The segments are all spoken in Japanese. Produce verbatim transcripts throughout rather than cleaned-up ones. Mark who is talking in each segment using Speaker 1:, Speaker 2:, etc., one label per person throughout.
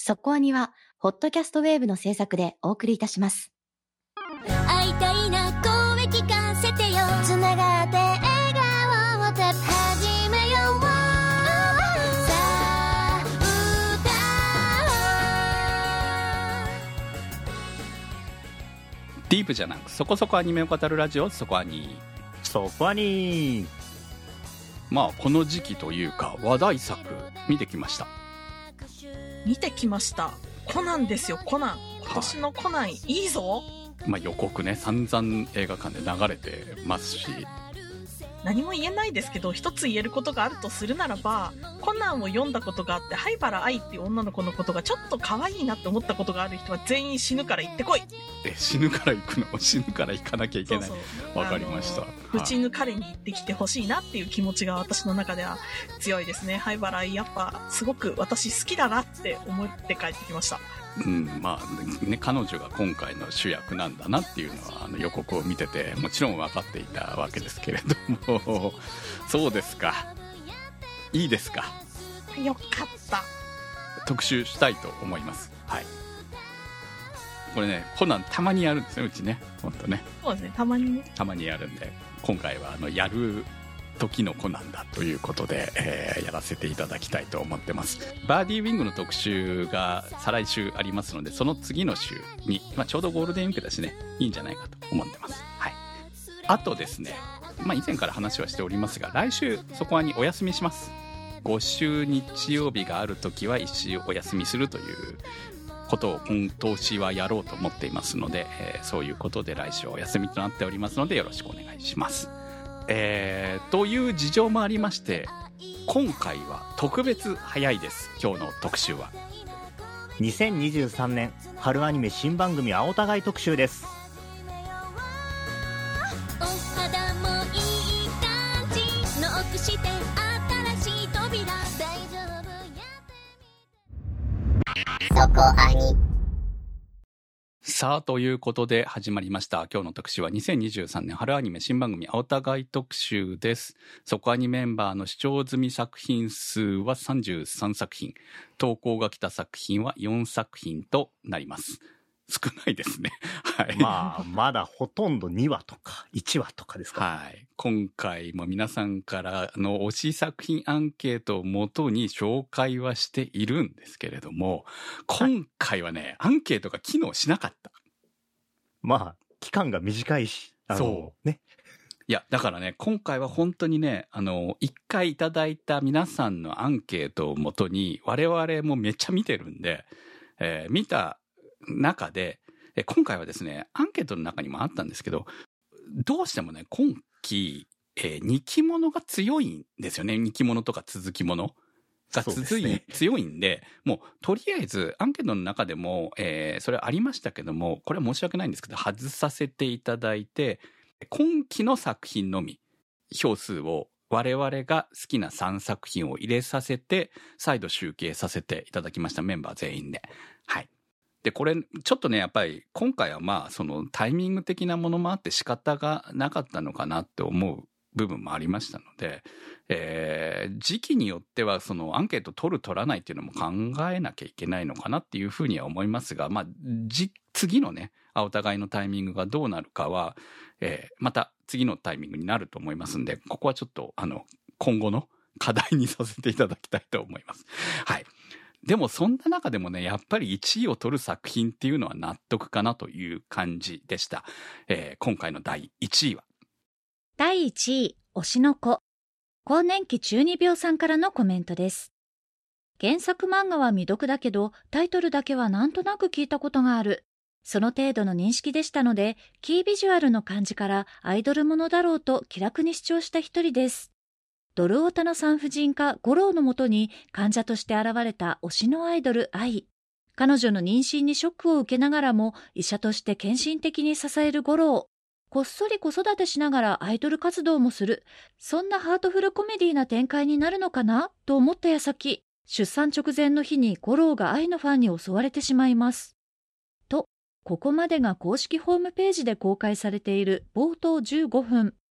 Speaker 1: そこアニはホットキャストウェーブの制作でお送りいたします。
Speaker 2: 会いたいな、声聞かせてよ。つながって笑顔を始めよう。さあ歌おう。
Speaker 3: ディープじゃなくそこそこアニメを語るラジオ、そこアニ。
Speaker 4: そこアニ。
Speaker 3: まあこの時期というか話題作見てきました。
Speaker 5: 見てきました。コナンですよ、コナン。今年のコナン、はい、いいぞ。
Speaker 3: まあ予告ね、散々映画館で流れてますし、
Speaker 5: 何も言えないですけど、一つ言えることがあるとするならば、コナンを読んだことがあって灰原哀っていう女の子のことがちょっと可愛いなって思ったことがある人は全員死ぬから行ってこい。
Speaker 3: え、死ぬから行くの？死ぬから行かなきゃいけない。わかりました。
Speaker 5: 打ち抜かれに行ってきてほしいなっていう気持ちが私の中では強いですね。灰原哀やっぱすごく私好きだなって思って帰ってきました。
Speaker 3: うん、まあね、彼女が今回の主役なんだなっていうのはあの予告を見ててもちろん分かっていたわけですけれどもそうですか、いいですか、
Speaker 5: よかった。
Speaker 3: 特集したいと思います。はい、これね、コナンたまにやるんですよ、うちね、ほんとね。
Speaker 5: そうですね、たまにね、
Speaker 3: たまにやるんで、今回はあのやる時のコナンだということで、えー、やらせていただきたいと思ってます。バーディーウィングの特集が再来週ありますので、その次の週に、まあ、ちょうどゴールデンウィークだしね、いいんじゃないかと思ってます。はい。あとですね、まあ、以前から話はしておりますが、来週そこにお休みします。ご週日曜日がある時は一週お休みするということを今年はやろうと思っていますので、えー、そういうことで来週お休みとなっておりますのでよろしくお願いします。えー、という事情もありまして、今回は特別早いです。今日の特集は
Speaker 4: にせんにじゅうさんねん春アニメ新番組青互い特集です。
Speaker 2: お肌もいい感じ、ノックして新しい扉、大丈夫や。そこアニ。
Speaker 3: さあ、ということで始まりました。今日の特集はにせんにじゅうさんねん春アニメ新番組青互い特集です。そこアニメンバーの視聴済み作品数はさんじゅうさんさく品、投稿が来た作品はよんさく品となります。少ないですね。はい。
Speaker 4: まあ、まだほとんどにわとかいちわとかですか。
Speaker 3: はい。今回も皆さんからの推し作品アンケートをもとに紹介はしているんですけれども、今回はね、アンケートが機能しなかった。
Speaker 4: まあ、期間が短いし、あの
Speaker 3: そう
Speaker 4: ね。
Speaker 3: いや、だからね、今回は本当にね、あの、一回いただいた皆さんのアンケートをもとに、我々もめっちゃ見てるんで、えー、見た中で、今回はですね、アンケートの中にもあったんですけど、どうしてもね、今期、えー、にきものが強いんですよね。にきものとか続きものが続い、ね、強いんで、もうとりあえずアンケートの中でも、えー、それありましたけども、これは申し訳ないんですけど、外させていただいて、今期の作品のみ、票数を我々が好きなさんさく品を入れさせて、再度集計させていただきました。メンバー全員で。はい。で、これ、ちょっとね、やっぱり、今回はまあ、そのタイミング的なものもあって仕方がなかったのかなって思う部分もありましたので、えー、時期によっては、そのアンケート取る取らないっていうのも考えなきゃいけないのかなっていうふうには思いますが、まあ、じ、次のね、お互いのタイミングがどうなるかは、えー、また次のタイミングになると思いますんで、ここはちょっと、あの、今後の課題にさせていただきたいと思います。はい。でもそんな中でもね、やっぱりいちいを取る作品っていうのは納得かなという感じでした。えー、今回のだいいちいは
Speaker 6: だいいちい、推しの子。更年期中二病さんからのコメントです。原作漫画は未読だけど、タイトルだけはなんとなく聞いたことがある。その程度の認識でしたので、キービジュアルの感じからアイドルものだろうと気楽に主張した一人です。ドルオタの産婦人科五郎のもとに患者として現れた推しのアイドル愛。彼女の妊娠にショックを受けながらも医者として献身的に支える五郎。こっそり子育てしながらアイドル活動もする。そんなハートフルコメディな展開になるのかなと思った矢先、出産直前の日に五郎が愛のファンに襲われてしまいます。と、ここまでが公式ホームページで公開されている冒頭じゅうごふん。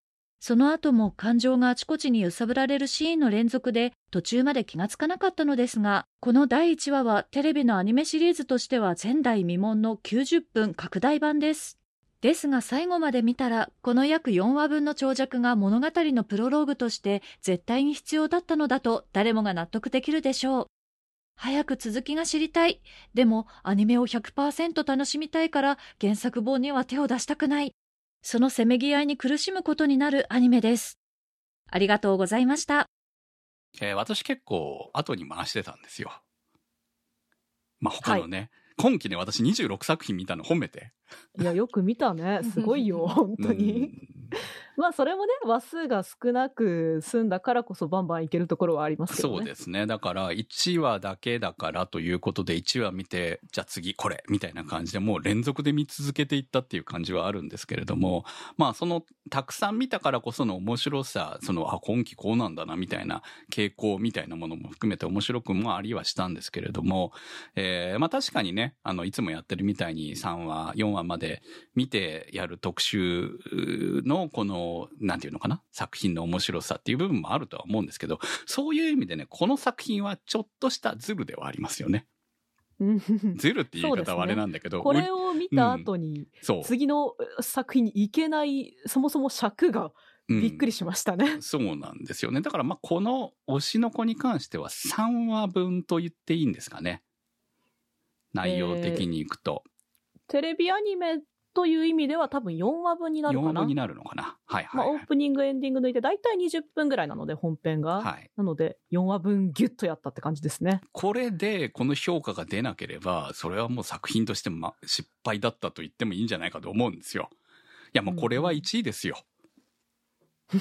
Speaker 6: その後も感情があちこちに揺さぶられるシーンの連続で途中まで気がつかなかったのですが、このだいいちわはテレビのアニメシリーズとしては前代未聞のきゅうじゅっぷん拡大版です。ですが最後まで見たら、この約よんわぶんの長尺が物語のプロローグとして絶対に必要だったのだと誰もが納得できるでしょう。早く続きが知りたい。でもアニメを ひゃくパーセント 楽しみたいから原作本には手を出したくない。そのせめぎ合いに苦しむことになるアニメです。ありがとうございました。
Speaker 3: えー、私結構後に回してたんですよ。まあ他のね、はい、今期ね私にじゅうろくさくひん見たの褒めて。
Speaker 7: いやよく見たね、すごいよ本当に。まあそれもね話数が少なく済んだからこそバンバンいけるところはありますけどね。
Speaker 3: そうですね。だからいちわだけだからということでいちわ見てじゃあ次これみたいな感じでもう連続で見続けていったっていう感じはあるんですけれども、まあそのたくさん見たからこその面白さ、そのあ今期こうなんだなみたいな傾向みたいなものも含めて面白くもありはしたんですけれども、えー、まあ確かにね、あのいつもやってるみたいにさんわよんわまで見てやる特集のこのなんていうのかな、作品の面白さっていう部分もあるとは思うんですけど、そういう意味でねこの作品はちょっとしたズルではありますよね。ズルっていう言い方はあれなんだけど、ね、
Speaker 7: これを見た後に、うん、次の作品に行けないそもそも尺がびっくりしましたね、
Speaker 3: うん、そうなんですよね。だからまあこの推しの子に関してはさんわぶんと言っていいんですかね、内容的にいくと、
Speaker 7: えー、テレビアニメという意味では多分よんわぶんになるかな。よんわぶんに
Speaker 3: なるのかな。はいはい、はい。
Speaker 7: まあオープニングエンディング抜いてだいたいにじゅっぷんぐらいなので本編が。はい。なのでよんわぶんギュッとやったって感じですね。
Speaker 3: これでこの評価が出なければ、それはもう作品としてま失敗だったと言ってもいいんじゃないかと思うんですよ。いやもうこれはいちいですよ。
Speaker 7: うん、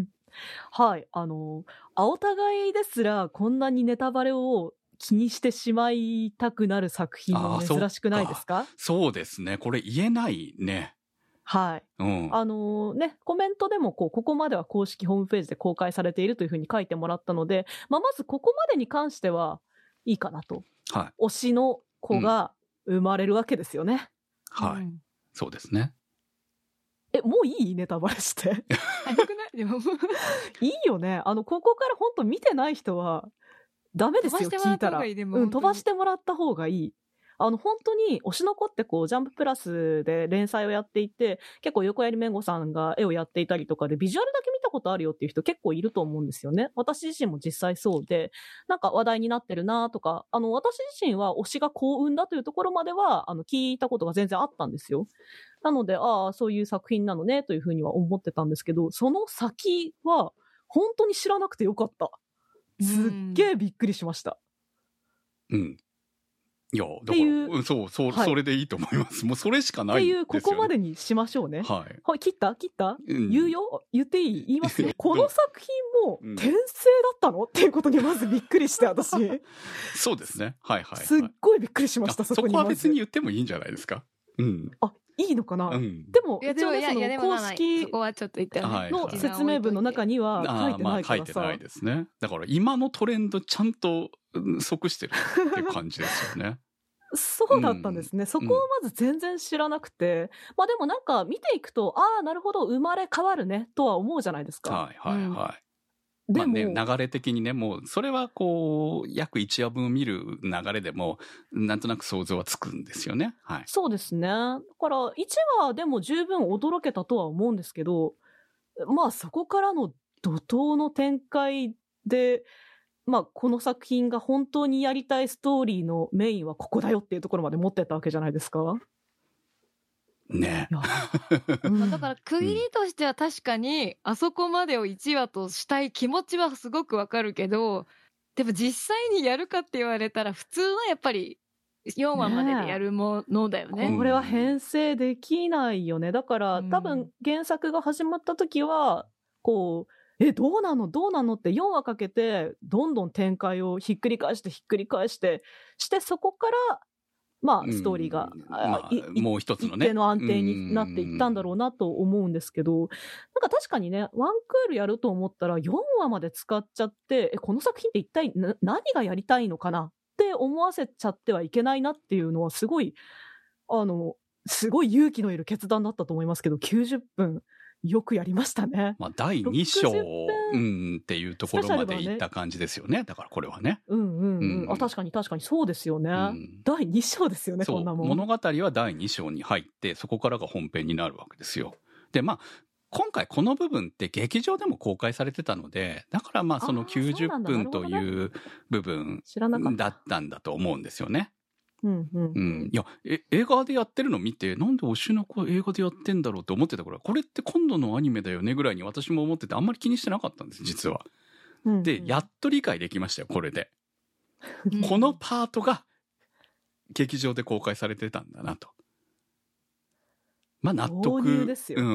Speaker 7: はい。あの、青互いですらこんなにネタバレを気にしてしまいたくなる作品も珍しくないですか？
Speaker 3: そう、そうですね。これ言えないね。
Speaker 7: はい。うん、あのー、ね、コメントでもこう、ここまでは公式ホームページで公開されているというふうに書いてもらったので、まあ、まずここまでに関してはいいかなと。はい。推しの子が生まれるわけですよね。
Speaker 3: うん、はい、うん。そうですね。
Speaker 7: え、もういいネタバレして。
Speaker 8: 早くないでも。
Speaker 7: いいよね。あの、ここから本当見てない人は、ダメですよ、聞いたら。うん、飛ばしてもらった方がいい。あの、本当に、推しの子ってこう、ジャンププラスで連載をやっていて、結構横槍めんごさんが絵をやっていたりとかで、ビジュアルだけ見たことあるよっていう人結構いると思うんですよね。私自身も実際そうで、なんか話題になってるなとか、あの、私自身は推しが幸運だというところまでは、あの、聞いたことが全然あったんですよ。なので、ああ、そういう作品なのね、というふうには思ってたんですけど、その先は、本当に知らなくてよかった。すっげえびっくりしました。
Speaker 3: うん。いや、だから、うん、そう、そう、はい、それでいいと思います。もうそれしかないですよね。
Speaker 7: っていう、ここまでにしましょうね。
Speaker 3: はい。
Speaker 7: はい、切った切った、うん、言うよ言っていい言いますよ。この作品も、転生だったの、うん、っていうことにまずびっくりして、私。
Speaker 3: そうですね。はいはい、はい。
Speaker 7: すっごいびっくりしました、そこにまず。
Speaker 3: そこは別に言ってもいいんじゃないですか。うん。
Speaker 7: あ、いいのかな、うん、でも、一応ね、その公式の説明文の中には書いてないからさ。まあ、書いてないです
Speaker 3: ね。だから今のトレンドちゃんと即してるって感じですよね。
Speaker 7: そうだったんですね、うん、そこをまず全然知らなくて、うん、まあでもなんか見ていくと、ああなるほど生まれ変わるねとは思うじゃないですか。
Speaker 3: はいはいはい、うん、でも、まあね、流れ的にね、もうそれはこう約いちわぶんを見る流れでもなんとなく想像はつくんですよね。はい。
Speaker 7: そうですね。だからいちわでも十分驚けたとは思うんですけど、まあそこからの怒涛の展開で、まあ、この作品が本当にやりたいストーリーのメインはここだよっていうところまで持ってったわけじゃないですか。
Speaker 3: ね。
Speaker 8: うん、だから区切りとしては確かにあそこまでをいちわとしたい気持ちはすごくわかるけど、でも実際にやるかって言われたら普通はやっぱりよんわまででやるものだよね。
Speaker 7: これは編成できないよね。だから多分原作が始まった時はこうえ、どうなのどうなのってよんわかけて、どんどん展開をひっくり返してひっくり返して、してそこから、まあ、ストーリーが、
Speaker 3: まあ、もう一つのね。
Speaker 7: 一定の安定になっていったんだろうなと思うんですけど、なんか確かにね、ワンクールやると思ったらよんわまで使っちゃって、え、この作品って一体な何がやりたいのかなって思わせちゃってはいけないなっていうのはすごい、あの、すごい勇気のいる決断だったと思いますけど、きゅうじゅっぷん。 よくやりましたね。
Speaker 3: まあ、だいに章、うん、っていうところまでいった感じですよね。だからこれはね。
Speaker 7: うんうんうん。うん、あ、確かに確かにそうですよね。うん、だいに章ですよね、こんなもん。
Speaker 3: 物語はだいに章に入って、そこからが本編になるわけですよ。で、まあ、今回この部分って劇場でも公開されてたので、だからまあそのきゅうじゅっぷんという部分だったんだと思うんですよね。
Speaker 7: うんうんうん、
Speaker 3: いやえ映画でやってるの見て、なんで推しの子映画でやってんだろうって思ってたから、これって今度のアニメだよねぐらいに私も思ってて、あんまり気にしてなかったんです実は、うんうん、でやっと理解できましたよこれでこのパートが劇場で公開されてたんだなと。まあ納得ですよ、うん、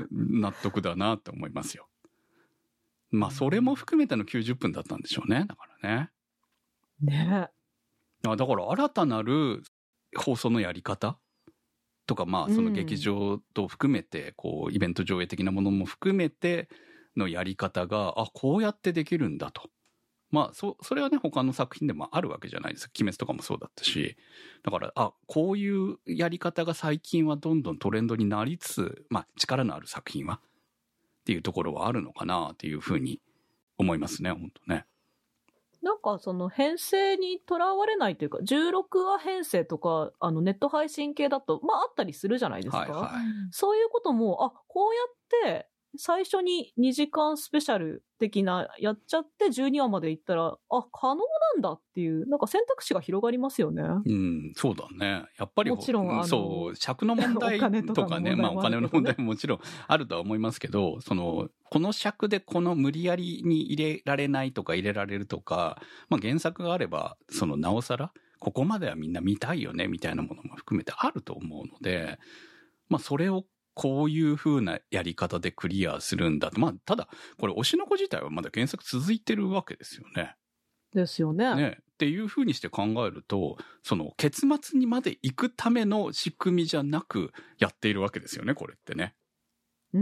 Speaker 3: 納得だなと思いますよ。まあそれも含めてのきゅうじゅっぷんだったんでしょうね。だからね
Speaker 7: ね
Speaker 3: だから新たなる放送のやり方とか、まあその劇場と含めて、こうイベント上映的なものも含めてのやり方が、あ、こうやってできるんだと。まあそそれはね他の作品でもあるわけじゃないですか。鬼滅とかもそうだったし、だからあこういうやり方が最近はどんどんトレンドになりつつ、まあ力のある作品はっていうところはあるのかなっていうふうに思いますね、本当ね。
Speaker 7: なんかその編成にとらわれないというか、じゅうろくわ編成とかあのネット配信系だとまああったりするじゃないですか、はいはい、そういうこともあこうやって最初ににじかんスペシャル的なやっちゃってじゅうにわまでいったらあ可能なんだっていうなんか選択肢が広がりますよね。
Speaker 3: うんそうだね。やっぱり
Speaker 7: もちろんあの
Speaker 3: そう尺の問題とかね、まあお金の問題ももちろんあるとは思いますけど、そのこの尺でこの無理やりに入れられないとか入れられるとか、まあ原作があればそのなおさらここまではみんな見たいよねみたいなものも含めてあると思うので、まあそれをこういう風なやり方でクリアするんだと。まあ、ただ、これ、推しの子自体はまだ原作続いてるわけですよね。
Speaker 7: ですよね。
Speaker 3: ね。っていう風にして考えると、その、結末にまで行くための仕組みじゃなくやっているわけですよね、これってね。
Speaker 7: うん。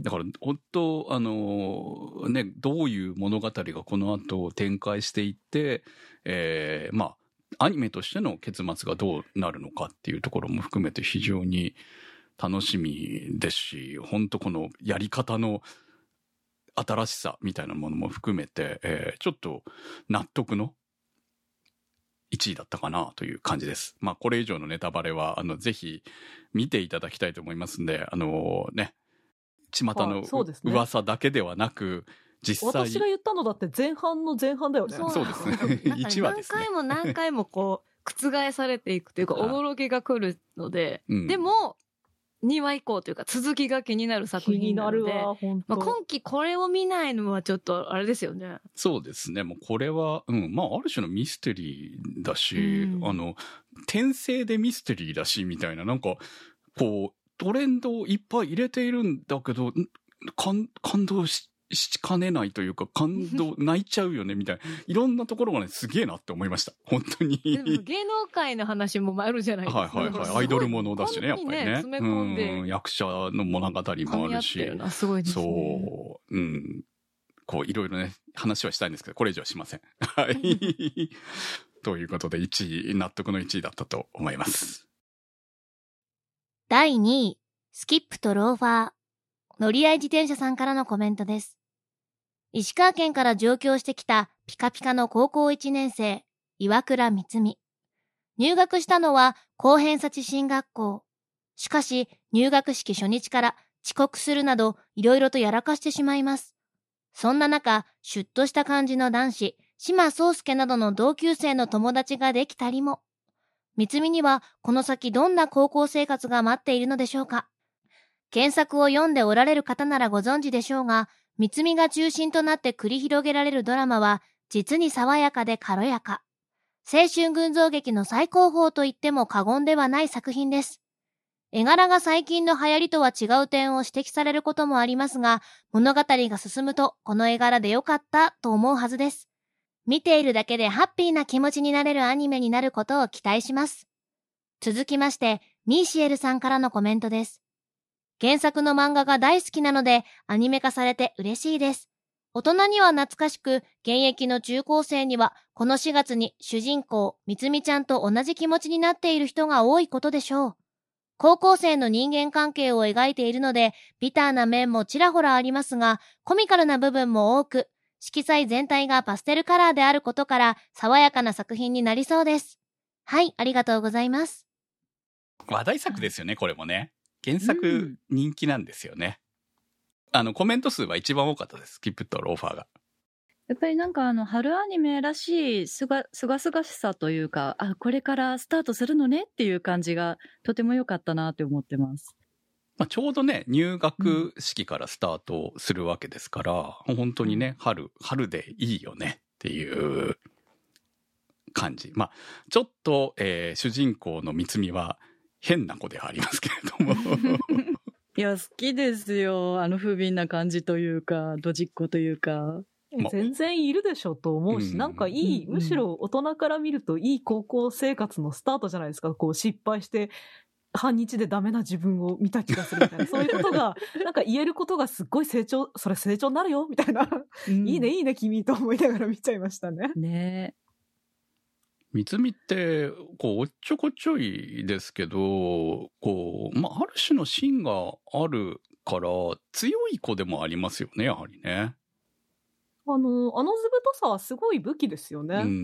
Speaker 3: だから、本当あの、ね、どういう物語がこの後展開していって、えー、まあ、アニメとしての結末がどうなるのかっていうところも含めて非常に、楽しみですし、本当このやり方の新しさみたいなものも含めて、えー、ちょっと納得のいちいだったかなという感じです。まあこれ以上のネタバレはあのぜひ見ていただきたいと思いますんで、あのー、ね、巷の噂だけではなく、実際
Speaker 7: 私が言ったのだって前半の前半だよね。
Speaker 3: そうですね。いちわですね。
Speaker 8: 何回も何回もこう覆されていくというか驚きが来るので、うん、でもにわ以降というか続きが気になる作品なので、気になるわ本当、まあ、今期これを見ないのはちょっとあれですよね。
Speaker 3: そうですね。もうこれは、うん、まあある種のミステリーだし、うん、あの転生でミステリーだしみたいな、なんかこうトレンドをいっぱい入れているんだけど感感動ししかねないというか、感動泣いちゃうよねみたいな、いろんなところがねすげえなって思いました本当に。
Speaker 8: でも芸能界の話もあるじゃないですか。
Speaker 3: はいはいはい。アイドルものだしね、やっぱりね。
Speaker 8: 詰め込んで、
Speaker 3: うん、役者の物語もあるし、
Speaker 8: すごいですね。
Speaker 3: そう、うん、こういろいろね話はしたいんですけど、これ以上はしません。はい。ということでいちい、納得のいちいだったと思います。
Speaker 1: だいにい、スキップとローファー。乗り合い自転車さんからのコメントです。石川県から上京してきたピカピカの高校いちねん生、岩倉光美。入学したのは高偏差値進学校。しかし入学式初日から遅刻するなどいろいろとやらかしてしまいます。そんな中、シュッとした感じの男子、島宗介などの同級生の友達ができたりも。光美にはこの先どんな高校生活が待っているのでしょうか。原作を読んでおられる方ならご存知でしょうが、光美が中心となって繰り広げられるドラマは実に爽やかで軽やか。青春群像劇の最高峰と言っても過言ではない作品です。絵柄が最近の流行りとは違う点を指摘されることもありますが、物語が進むとこの絵柄でよかったと思うはずです。見ているだけでハッピーな気持ちになれるアニメになることを期待します。続きまして、ミーシエルさんからのコメントです。原作の漫画が大好きなのでアニメ化されて嬉しいです。大人には懐かしく、現役の中高生にはこのしがつに主人公、みつみちゃんと同じ気持ちになっている人が多いことでしょう。 高校生の人間関係を描いているので、ビターな面もちらほらありますが、コミカルな部分も多く、色彩全体がパステルカラーであることから、爽やかな作品になりそうです。はい、ありがとうございます。
Speaker 3: 話題作ですよね、これもね。原作人気なんですよね。うん、あの、コメント数は一番多かったです。スキップとローファーが。
Speaker 6: やっぱりなんかあの、春アニメらしいすが、すがすがしさというか、あ、これからスタートするのねっていう感じがとても良かったなって思ってます。
Speaker 3: まあ、ちょうどね、入学式からスタートするわけですから、うん、本当にね、春、春でいいよねっていう感じ。まあ、ちょっと、えー、主人公の三つみは変な子ではありますけれども。
Speaker 6: いや、好きですよ。あの不憫な感じというか、ドジっ子というか。
Speaker 7: 全然いるでしょと思うし、うん、なんかいい、むしろ大人から見るといい高校生活のスタートじゃないですか。こう失敗して半日でダメな自分を見た気がするみたいな、そういうことがなんか言えることがすっごい成長、それ成長になるよみたいな、うん、いいねいいね君と思いながら見ちゃいましたね。
Speaker 6: ねえ。
Speaker 3: 三つみってこうおっちょこちょいですけど、こうまあある種の芯があるから強い子でもありますよね、やはりね。
Speaker 7: あの、あの図太さはすごい武器ですよね。うん、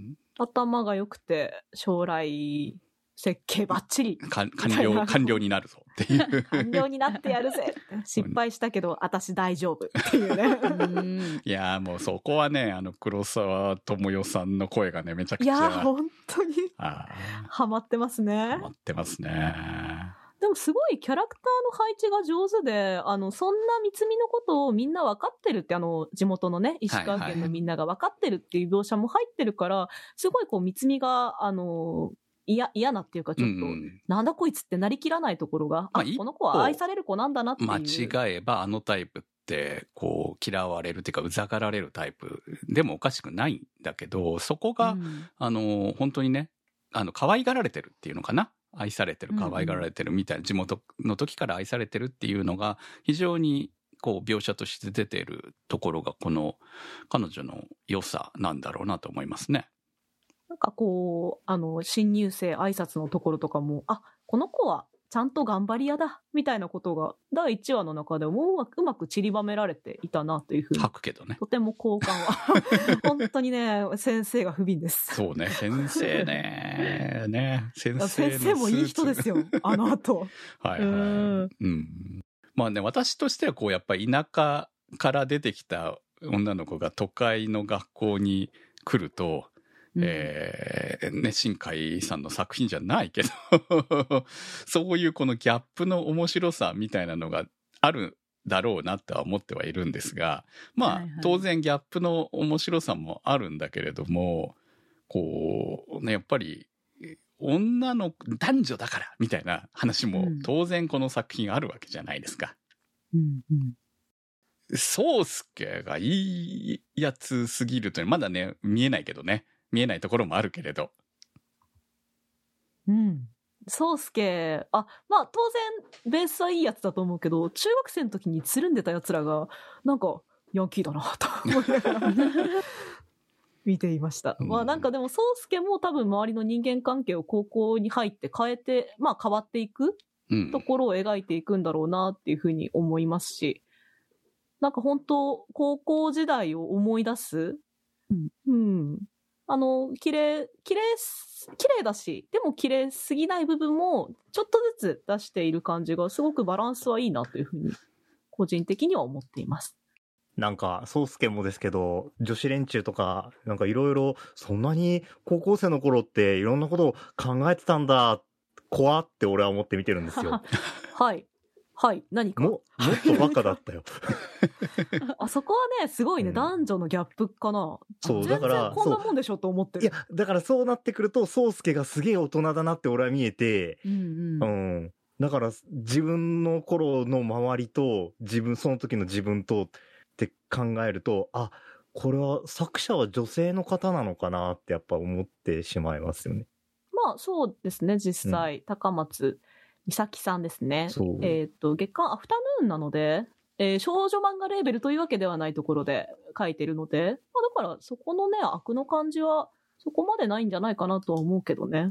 Speaker 7: 頭が良くて、将来設計バッチリ。
Speaker 3: 官僚、官僚になるぞっていう。
Speaker 7: 官僚になってやるぜ。失敗したけど、私大丈夫っていうね。
Speaker 3: うんいやーもうそこはね、あの黒沢智代さんの声がね、めちゃくちゃ。
Speaker 7: いやー、本当に。ハマってますね。
Speaker 3: ハマってますね。
Speaker 7: でもすごいキャラクターの配置が上手で、あの、そんな三つみのことをみんな分かってるって、あの、地元のね、石川県のみんなが分かってるっていう描写も入ってるから、はいはい、すごいこう三つみが、あの、嫌、嫌なっていうかちょっと、うん、なんだこいつってなりきらないところが、まあ、あ、この子は愛される子なんだなっていう。
Speaker 3: 間違えばあのタイプって、こう、嫌われるっていうか、うざがられるタイプでもおかしくないんだけど、そこが、うん、あの、本当にね、あの、可愛がられてるっていうのかな。愛されてる、可愛がられてるみたいな、地元の時から愛されてるっていうのが非常にこう描写として出ているところがこの彼女の良さなんだろうなと思いますね。
Speaker 7: なんかこう、あの、新入生挨拶のところとかも、あ、この子はちゃんと頑張り屋だみたいなことがだいいちわの中でもうまくうまく散りばめられていたなというふうに。
Speaker 3: 吐くけどね。
Speaker 7: とても好感は。本当にね、先生が不憫です。
Speaker 3: そうね、先生ね。ね、先生の
Speaker 7: 先生もいい人ですよ、あの後。
Speaker 3: はいはい。うん。まあね、私としてはこう、やっぱり田舎から出てきた女の子が都会の学校に来ると、うん、えー、ね、新海さんの作品じゃないけどそういうこのギャップの面白さみたいなのがあるだろうなとは思ってはいるんですが、まあ、はいはい、当然ギャップの面白さもあるんだけれども、こうね、やっぱり女の男女だからみたいな話も当然この作品あるわけじゃないですか。
Speaker 6: うんうん
Speaker 3: 宗介がいいやつすぎるというまだね見えないけどね。見えないところもあるけれど。
Speaker 7: うん。宗介、あ、まあ当然ベースはいいやつだと思うけど、中学生の時につるんでたやつらが、なんかヤンキーだなと思いながら見ていました。うん、まあなんかでも宗介も多分周りの人間関係を高校に入って変えて、まあ変わっていくところを描いていくんだろうなっていうふうに思いますし、なんか本当高校時代を思い出す、うん、うんあの、綺麗、綺麗、綺麗だし、でも綺麗すぎない部分もちょっとずつ出している感じがすごくバランスはいいなというふうに個人的には思っています。
Speaker 4: なんか、宗介もですけど、女子連中とか、なんかいろいろ、そんなに高校生の頃っていろんなことを考えてたんだ、怖って俺は思って見てるんですよ。
Speaker 7: はい。はい。何か。
Speaker 4: も、もっとバカだったよ。
Speaker 7: あそこはね、すごいね、うん、男女のギャップかな。そう、だから。全然こんなもんでしょと思ってる。
Speaker 4: いや、だからそうなってくると、宗介がすげえ大人だなって俺は見えて、うん、うんうん。だから、自分の頃の周りと、自分、その時の自分とって考えると、あ、これは作者は女性の方なのかなってやっぱ思ってしまいますよね。
Speaker 7: まあ、そうですね、実際、うん、高松美咲さんですね。えっと、月刊アフタヌーンなので、えー、少女漫画レーベルというわけではないところで書いてるので、まあ、だからそこのね、悪の感じはそこまでないんじゃないかなとは思うけどね。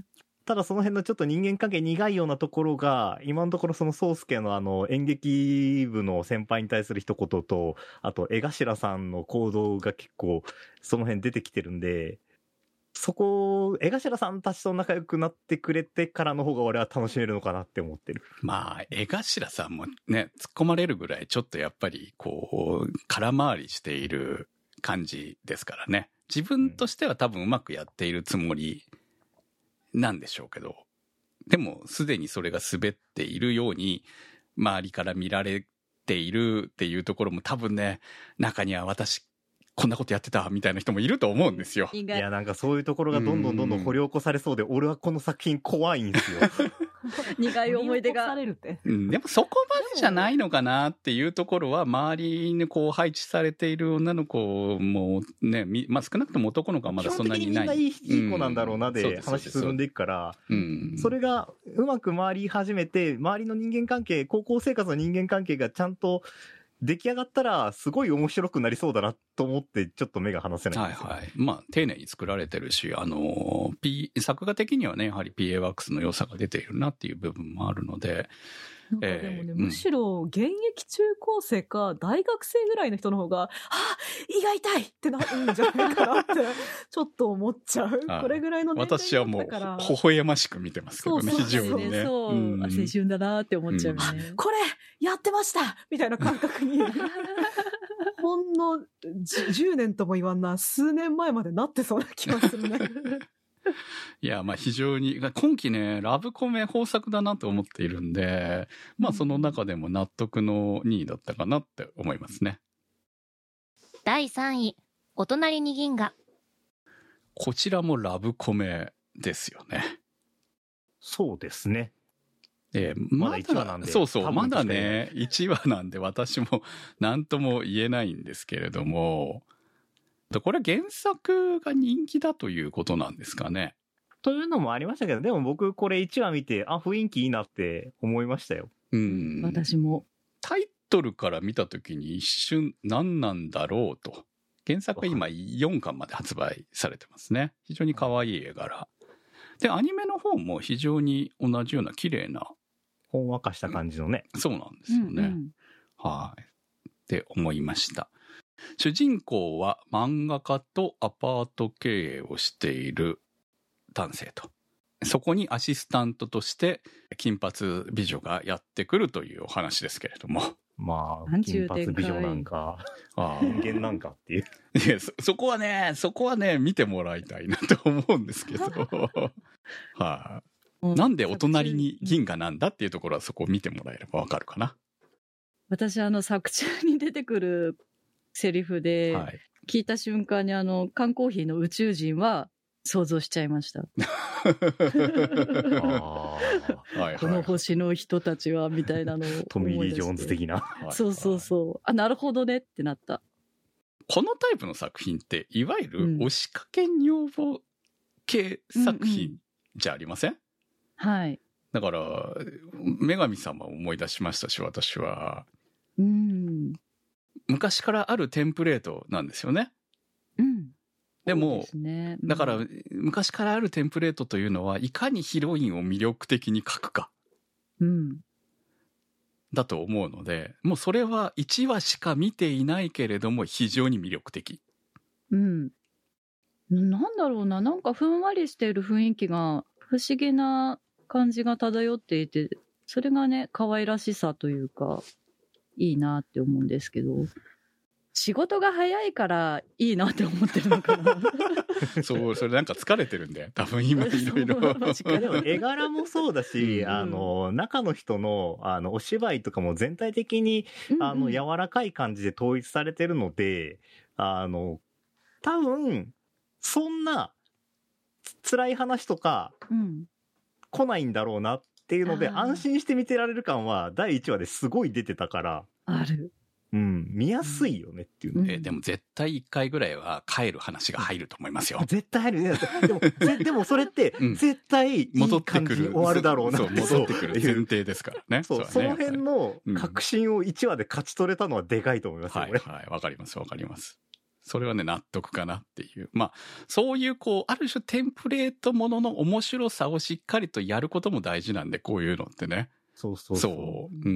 Speaker 4: ただその辺のちょっと人間関係苦いようなところが、今のところその宗介のあの演劇部の先輩に対する一言と、あと江頭さんの行動が結構その辺出てきてるんで、そこ、江頭さんたちと仲良くなってくれてからの方が俺は楽しめるのかなって思ってる。
Speaker 3: まあ、江頭さんもね、突っ込まれるぐらいちょっとやっぱりこう、空回りしている感じですからね。自分としては多分うまくやっているつもりなんでしょうけど、でもすでにそれが滑っているように周りから見られているっていうところも多分ね、中には私こんなことやってたみたいな人もいると思うんですよ。
Speaker 4: いや、なんかそういうところがどんどんどんどん掘り起こされそうで、俺はこの作品怖いんですよ。
Speaker 7: 苦い思い出が。
Speaker 3: うん、でもそこまでじゃないのかなっていうところは、周りにこう配置されている女の子もね、まあ少なくとも男の子はまだそんなにいない。
Speaker 4: 基本的にみんないい子なんだろうなで話進んでいくから、うん、それがうまく回り始めて、周りの人間関係、高校生活の人間関係がちゃんと出来上がったらすごい面白くなりそうだなと思ってちょっと目が離せないんですよ。
Speaker 3: はいはい。まあ丁寧に作られてるし、あの、P、作画的にはね、やはり ピーエー ワークスの良さが出ているなっていう部分もあるので。
Speaker 7: なんかでもね、えー、むしろ現役中高生か大学生ぐらいの人の方が、はぁ、胃が痛いってなるんじゃないかなってちょっと思っちゃう。これぐらいの年齢
Speaker 3: 私はもう微笑ましく見てますけどね、非常にね。
Speaker 7: そう、うん、青春だなって思っちゃうね、うん。これやってましたみたいな感覚にほんのじゅうねんとも言わんな、数年前までなってそうな気がするね。
Speaker 3: いや、まあ非常に、今期ね、ラブコメ豊作だなと思っているんで、まあその中でも納得のにいだったかなって思いますね。
Speaker 1: だいさんい、お隣に銀河。
Speaker 3: こちらもラブコメですよね。
Speaker 4: そうですね。
Speaker 3: えー、まだいちわなんで。そうそう、まだね、いちわなんで私も何とも言えないんですけれども、これ原作が人気だということなんですかね。
Speaker 4: というのもありましたけど、でも僕これいちわ見て、あ、雰囲気いいなって思いましたよ。
Speaker 3: うん。
Speaker 7: 私も。
Speaker 3: タイトルから見たときに一瞬何なんだろうと。原作は今よんかんまで発売されてますね。非常に可愛い絵柄。で、アニメの方も非常に同じような綺麗な。
Speaker 4: ほんわかした感じのね。
Speaker 3: そうなんですよね。うんうん、はい。って思いました。主人公は漫画家とアパート経営をしている男性と。そこにアシスタントとして金髪美女がやってくるというお話ですけれども。
Speaker 4: まあ、金髪美女なんか、人間なんかっていう。
Speaker 3: いや、そ、そこはね、そこはね、見てもらいたいなと思うんですけど。はい、あ、なんでお隣に銀河なんだっていうところはそこを見てもらえればわかるかな。
Speaker 7: 私、あの、作中に出てくるセリフで、はい、聞いた瞬間にあの、缶コーヒーの宇宙人は想像しちゃいました。あこの星の人たちは、みたいなのを。
Speaker 4: トミー・リー・ジョーンズ的な。
Speaker 7: そうそうそう。あ、なるほどねってなった。
Speaker 3: このタイプの作品って、いわゆる押しかけ女房系作品じゃありません？うんうん、
Speaker 7: はい。
Speaker 3: だから、女神様を思い出しましたし、私は。
Speaker 7: うん。
Speaker 3: 昔からあるテンプレートなんですよね。
Speaker 7: うん。
Speaker 3: でも、
Speaker 7: ね、うん、
Speaker 3: だから昔からあるテンプレートというのはいかにヒロインを魅力的に描くか。
Speaker 7: うん。
Speaker 3: だと思うので、もうそれはいちわしか見ていないけれども非常に魅力的。
Speaker 7: うん。なんだろうな、なんかふんわりしている雰囲気が不思議な感じが漂っていて、それがね、可愛らしさというか、いいなって思うんですけど、仕事が早いからいいなって思ってるのかな。
Speaker 3: そう、それなんか疲れてるんで、多分今いろいろ。
Speaker 4: でも絵柄もそうだし、うん、あの、中の人の、あの、お芝居とかも全体的に、うんうん、あの、柔らかい感じで統一されてるので、あの、多分、そんな、辛い話とか、うん、来ないんだろうなっていうので、安心して見てられる感は、だいいちわですごい出てたから。
Speaker 7: ある。
Speaker 4: うん、見やすいよねっていうの、
Speaker 3: うん、えでも絶対いっかいぐらいは帰る話が入ると思いますよ。
Speaker 4: 絶対入るね。でもでもそれって絶対いい感じに終わるだろうなって、
Speaker 3: うん、そう戻ってくる前提ですからね。
Speaker 4: そう、その辺の確信をいちわで勝ち取れたのはでかいと思いますよ、
Speaker 3: うん、はいはい、わかりますわかります。 それはね、納得かなっていう。まあ、そういう、こう、ある種テンプレートものの面白さをしっかりとやることも大事なんで、こういうのってね。
Speaker 4: そうそうそう。
Speaker 3: そう。うん。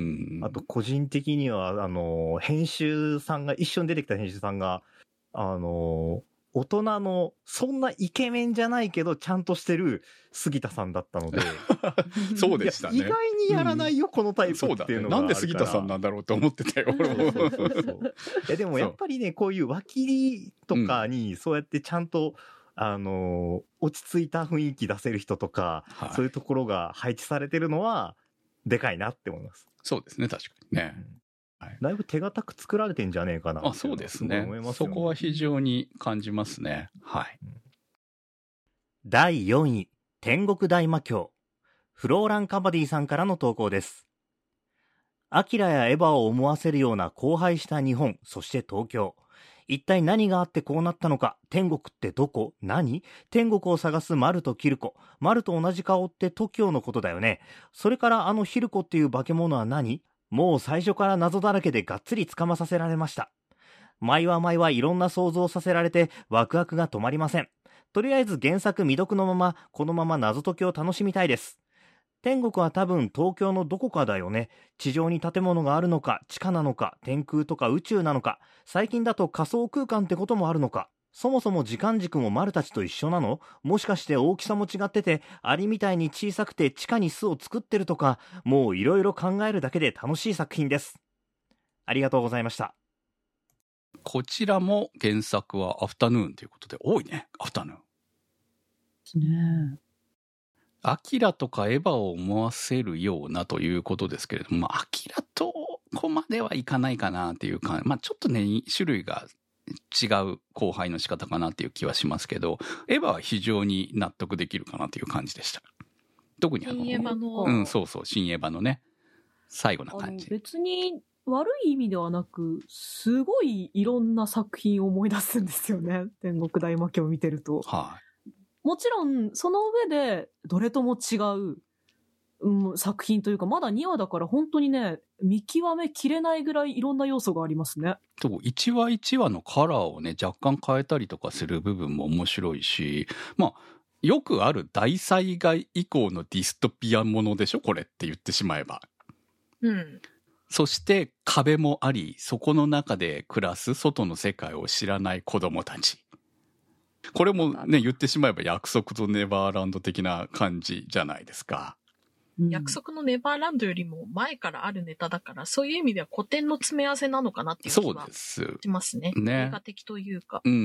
Speaker 4: あと、個人的には、あの、編集さんが、一緒に出てきた編集さんが、あの、大人の、そんなイケメンじゃないけど、ちゃんとしてる杉田さんだったので。
Speaker 3: そうでしたね。
Speaker 4: 意外にやらないよ、うん、このタイプっていうのがあるから。
Speaker 3: なんで杉田さんなんだろうと思ってたよ、俺も。そうそうそうそう。
Speaker 4: いや、でもやっぱりね、こういう脇りとかに、そうやってちゃんと、うん、あの、落ち着いた雰囲気出せる人とか、はい、そういうところが配置されてるのは、でかいなって思います。
Speaker 3: そうですね、確かにね。うん
Speaker 4: はい、だいぶ手堅く作られてんじゃねえかな。
Speaker 3: あ、そうですね。そこは非常に感じますね。はい。
Speaker 4: だいよんい、天国大魔教。フローランカバディさんからの投稿です。アキラやエヴァを思わせるような荒廃した日本、そして東京。一体何があってこうなったのか。天国ってどこ？何？天国を探すマルとキルコ。マルと同じ顔って トキオ のことだよね。それからあのヒルコっていう化け物は何？もう最初から謎だらけでがっつりつかまさせられました。毎話毎話いろんな想像させられてワクワクが止まりません。とりあえず原作未読のままこのまま謎解きを楽しみたいです。天国は多分東京のどこかだよね。地上に建物があるのか、地下なのか、天空とか宇宙なのか、最近だと仮想空間ってこともあるのか。そもそも時間軸もマルたちと一緒なの？もしかして大きさも違ってて、アリみたいに小さくて地下に巣を作ってるとか、もういろいろ考えるだけで楽しい作品です。ありがとうございました。
Speaker 3: こちらも原作はアフタヌーンということで、多いね、アフタヌーン。
Speaker 7: ですね。
Speaker 3: アキラとかエヴァを思わせるようなということですけれども、まあ、アキラとこまではいかないかなっていうか、まあ、ちょっとね、種類が違う後輩の仕方かなっていう気はしますけど、エヴァは非常に納得できるかなという感じでした。特にあの、
Speaker 5: 新エヴァの、
Speaker 3: うん、そうそう、新エヴァのね、最後な感じ。
Speaker 7: 別に悪い意味ではなく、すごいいろんな作品を思い出すんですよね。天国大魔教を見てると。
Speaker 3: はい。
Speaker 7: もちろん、その上で、どれとも違う、うん、作品というか、まだにわだから本当にね、見極めきれないぐらいいろんな要素がありますね。
Speaker 3: そう、いちわいちわのカラーをね、若干変えたりとかする部分も面白いし、まあ、よくある大災害以降のディストピアものでしょこれって言ってしまえば。
Speaker 5: うん。
Speaker 3: そして壁もあり、そこの中で暮らす外の世界を知らない子供たち。これもね、言ってしまえば約束とネバーランド的な感じじゃないですか。
Speaker 5: 約束のネバーランドよりも前からあるネタだから、そういう意味では古典の詰め合わせなのかなっていう気はしますね。
Speaker 3: そうですね。
Speaker 5: 映画的というか。
Speaker 3: うん、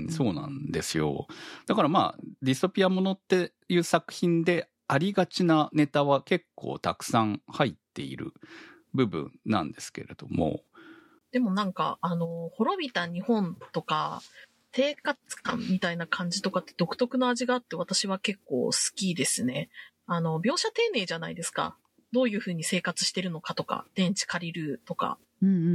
Speaker 3: そうなんですよ。だからまあ、ディストピアものっていう作品でありがちなネタは結構たくさん入っている部分なんですけれども。
Speaker 5: でもなんか、あの、滅びた日本とか、生活感みたいな感じとかって独特の味があって私は結構好きですね。あの、描写丁寧じゃないですか。どういう風に生活してるのかとか、電池借りるとか。
Speaker 7: うんうんうん。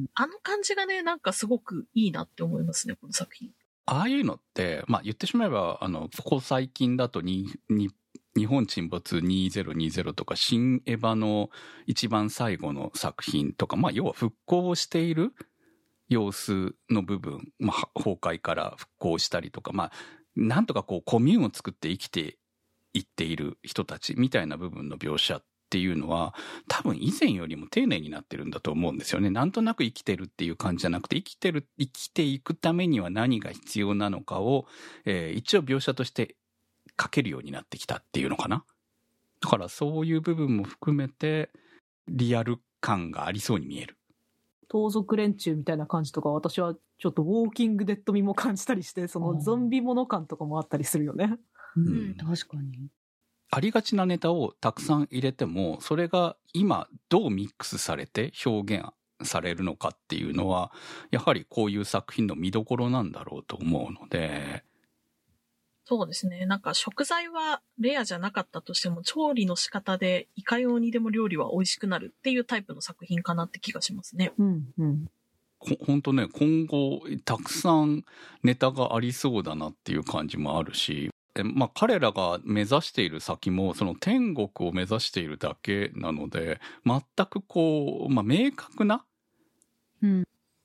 Speaker 5: あの感じがね、なんかすごくいいなって思いますね、この作品。
Speaker 3: ああいうのって、まあ言ってしまえば、あの、ここ最近だとに、に、日本沈没にせんにじゅうとか、新エヴァの一番最後の作品とか、まあ要は復興している様子の部分、まあ崩壊から復興したりとか、まあ、なんとかこうコミューンを作って生きて言っている人たちみたいな部分の描写っていうのは多分以前よりも丁寧になってるんだと思うんですよね。なんとなく生きてるっていう感じじゃなくて、生きてる、生きていくためには何が必要なのかを、えー、一応描写として書けるようになってきたっていうのかな。だからそういう部分も含めてリアル感がありそうに見える。
Speaker 7: 盗賊連中みたいな感じとか、私はちょっとウォーキングデッド味も感じたりして、そのゾンビもの感とかもあったりするよね。
Speaker 6: うん、うん、確かに。
Speaker 3: ありがちなネタをたくさん入れても、それが今どうミックスされて表現されるのかっていうのは、やはりこういう作品の見どころなんだろうと思うので。
Speaker 5: そうですね。なんか食材はレアじゃなかったとしても、調理の仕方でいかようにでも料理は美味しくなるっていうタイプの作品かなって気がしますね。
Speaker 7: うんうん。
Speaker 3: ほんとね、今後たくさんネタがありそうだなっていう感じもあるし、まあ彼らが目指している先もその天国を目指しているだけなので、全くこう、まあ明確な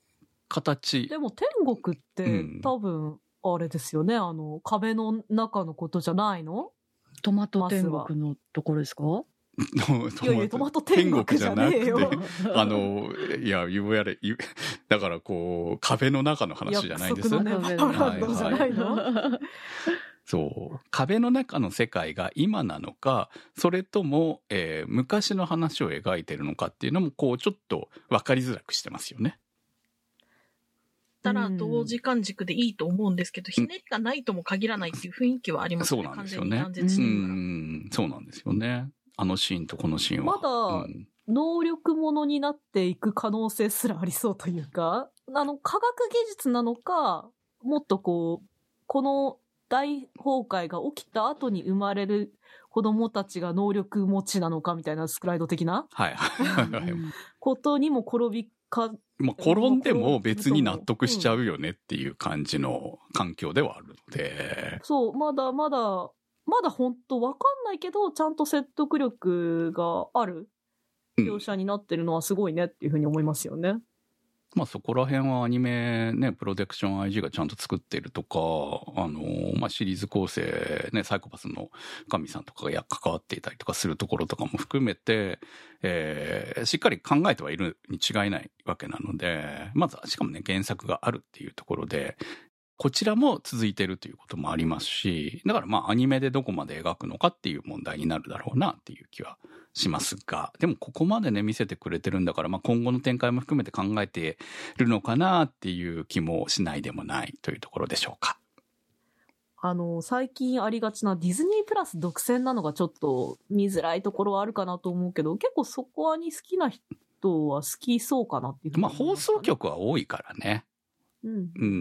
Speaker 3: 形。
Speaker 7: でも天国って、うん、多分あれですよね、あの壁の中のことじゃないの？
Speaker 6: トマト天国のところですか？
Speaker 7: いやいやトマト天国じゃねえよ。
Speaker 3: あのいや言うやれだからこう壁の中の話じゃないんです。
Speaker 7: 約束のネバーランドじゃないの？はいはい、
Speaker 3: そう壁の中の世界が今なのか、それとも、えー、昔の話を描いてるのかっていうのもこうちょっと分かりづらくしてますよね。
Speaker 5: たら同時間軸でいいと思うんですけど、うん、ひねりがないとも限らないっていう雰囲気はありますね。
Speaker 3: そうなんですよね。
Speaker 5: 完全に断絶してるから。
Speaker 3: うん、そうなんですよね。あのシーンとこのシーンは
Speaker 7: まだ、うん、能力ものになっていく可能性すらありそうというか、あの科学技術なのか、もっとこうこの大崩壊が起きた後に生まれる子供たちが能力持ちなのかみたいなスライド的な、
Speaker 3: はい
Speaker 7: ことにも転びか、
Speaker 3: まあ、転んでも別に納得しちゃうよねっていう感じの環境ではあるので、
Speaker 7: うん、そうまだまだまだ本当わかんないけどちゃんと説得力がある描写になってるのはすごいねっていうふうに思いますよね。うん、
Speaker 3: まあそこら辺はアニメねプロダクション アイジー がちゃんと作ってるとか、あのまあシリーズ構成ねサイコパスの神さんとかがや関わっていたりとかするところとかも含めて、えー、しっかり考えてはいるに違いないわけなので、まずしかもね原作があるっていうところでこちらも続いてるということもありますし、だからまあアニメでどこまで描くのかっていう問題になるだろうなっていう気はしますが、でもここまでね見せてくれてるんだから、まあ、今後の展開も含めて考えてるのかなっていう気もしないでもないというところでしょうか。
Speaker 7: あの最近ありがちなディズニープラス独占なのがちょっと見づらいところはあるかなと思うけど、結構そこはに好きな人は好きそうかなっていう、ね、
Speaker 3: まあ放送局は多いからね。
Speaker 7: うん、
Speaker 3: うん、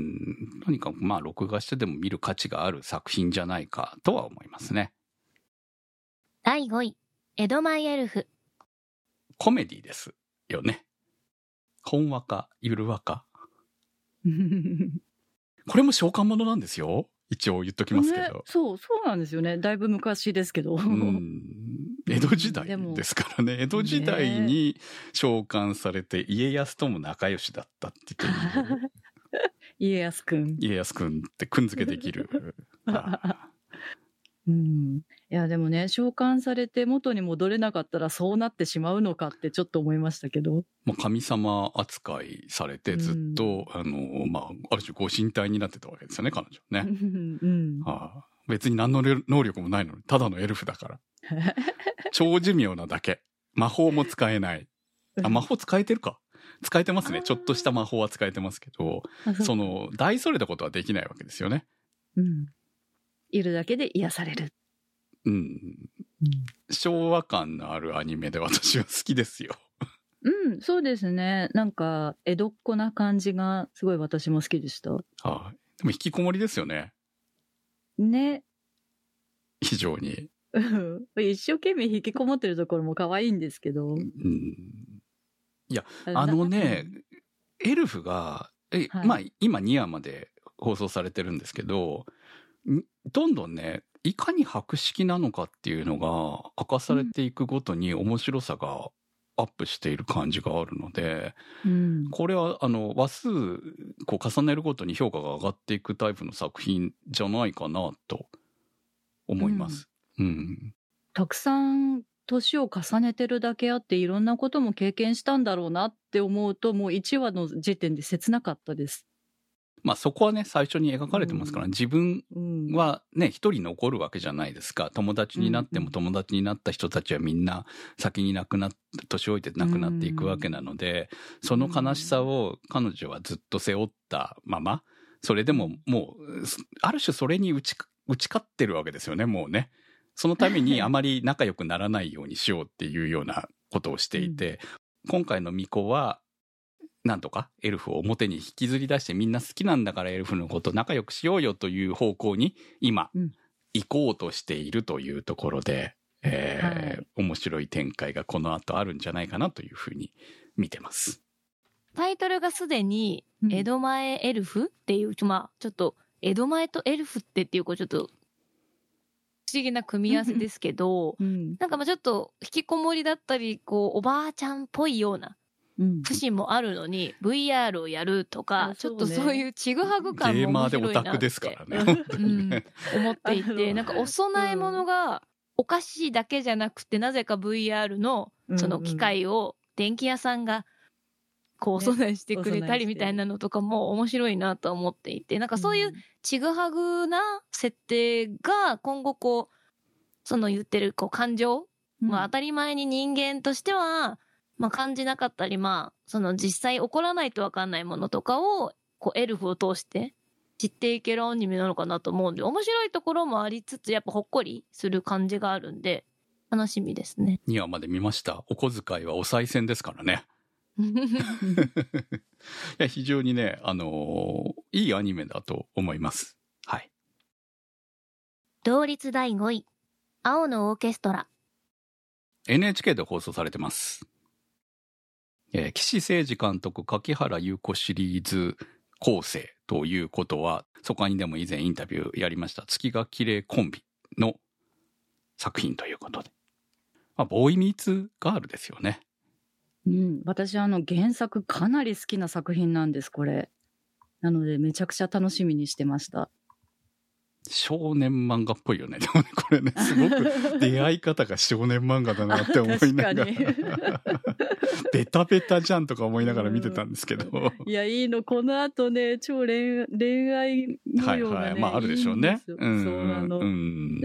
Speaker 3: とにかくまあ録画してでも見る価値がある作品じゃないかとは思いますね。
Speaker 1: だいごい、江戸前エルフ。
Speaker 3: コメディですよね。ほんわか、ゆるわか。これも召喚物なんですよ。一応言っときますけど。ね、
Speaker 6: そう、そうなんですよね。だいぶ昔ですけど。
Speaker 3: うん、江戸時代ですからね。江戸時代に召喚されて家康とも仲良しだったって言って。
Speaker 6: 家康くん。
Speaker 3: 家康くんってくん付けできる。
Speaker 6: うん、いやでもね召喚されて元に戻れなかったらそうなってしまうのかってちょっと思いましたけど、
Speaker 3: まあ、神様扱いされてずっと、うん、あのまあ、ある種ご神体になってたわけですよね彼女ね、うんはあ、別に何の能力もないのにただのエルフだから超寿命なだけ、魔法も使えない。あ魔法使えてるか、使えてますね。ちょっとした魔法は使えてますけど、その大それたことはできないわけですよね。
Speaker 6: うん、いるだけで癒される。
Speaker 3: うん、うん、昭和感のあるアニメで私は好きですよ。
Speaker 6: うん、そうですね。なんか江戸っ子な感じがすごい私も好きでした。はい、
Speaker 3: あ、でも引きこもりですよね。
Speaker 6: ね。
Speaker 3: 非常に。
Speaker 6: 一生懸命引きこもってるところも可愛いんですけど。うん、
Speaker 3: いやあのねエルフがえ、はい、まあ今にわまで放送されてるんですけど、どんどんねいかに博識なのかっていうのが明かされていくごとに面白さがアップしている感じがあるので、うん、これはあの話数こう重ねるごとに評価が上がっていくタイプの作品じゃないかなと思います。うんうん、
Speaker 6: たくさん年を重ねてるだけあっていろんなことも経験したんだろうなって思うともういちわの時点で切なかったです。
Speaker 3: まあそこはね最初に描かれてますから、うん、自分はね一人残るわけじゃないですか。友達になっても友達になった人たちはみんな先に亡くなって年老いて亡くなっていくわけなので、うん、その悲しさを彼女はずっと背負ったままそれでももうある種それに打ち、打ち勝ってるわけですよね。もうねそのためにあまり仲良くならないようにしようっていうようなことをしていて、うん、今回の巫女はなんとかエルフを表に引きずり出してみんな好きなんだからエルフのこと仲良くしようよという方向に今、うん、行こうとしているというところで、えーはい、面白い展開がこの後あるんじゃないかなというふうに見てます。
Speaker 1: タイトルがすでに江戸前エルフっていう、うん、まあちょっと江戸前とエルフってっていうこうちょっと不思議な組み合わせですけど、うん、なんかまあちょっと引きこもりだったりこうおばあちゃんっぽいような節もあるのに、うん、ブイアール をやるとか、ちょっとそういうちぐはぐ感も面白いなって。ゲーマーでオタクですからね。うん、思っていて、なんかお供え物がお菓子だけじゃなくて、なぜか ブイアール のその機械を電気屋さんがこうお供えしてくれたりみたいなのとかも面白いなと思っていて、なんかそういうちぐはぐな設定が今後こう、その言ってるこう感情、うん、まあ当たり前に人間としては、まあ感じなかったり、まあその実際起こらないとわかんないものとかをこうエルフを通して知っていけるアニメなのかなと思うんで、面白いところもありつつ、やっぱほっこりする感じがあるんで、楽しみですね。
Speaker 3: にわまで見ました。お小遣いはお賽銭ですからね。いや、非常にね、あのー、いいアニメだと思います。はい。
Speaker 1: 同率だいごい、青のオーケストラ。
Speaker 3: エヌエイチケー で放送されてます。えー、岸誠二監督、柿原優子シリーズ構成ということは、そこにでも以前インタビューやりました月が綺麗コンビの作品ということで。まあ、ボーイミーツガールですよね。
Speaker 9: うん、私あの原作かなり好きな作品なんです、これ。なのでめちゃくちゃ楽しみにしてました。
Speaker 3: 少年漫画っぽいよね。でもね、これね、すごく出会い方が少年漫画だなって思いながら。ベタベタじゃんとか思いながら見てたんですけど。
Speaker 9: いや、いいの。この後ね、超恋、恋愛模様がね、はいはい、
Speaker 3: まああるでしょうね。
Speaker 9: いいんそうなの、うん。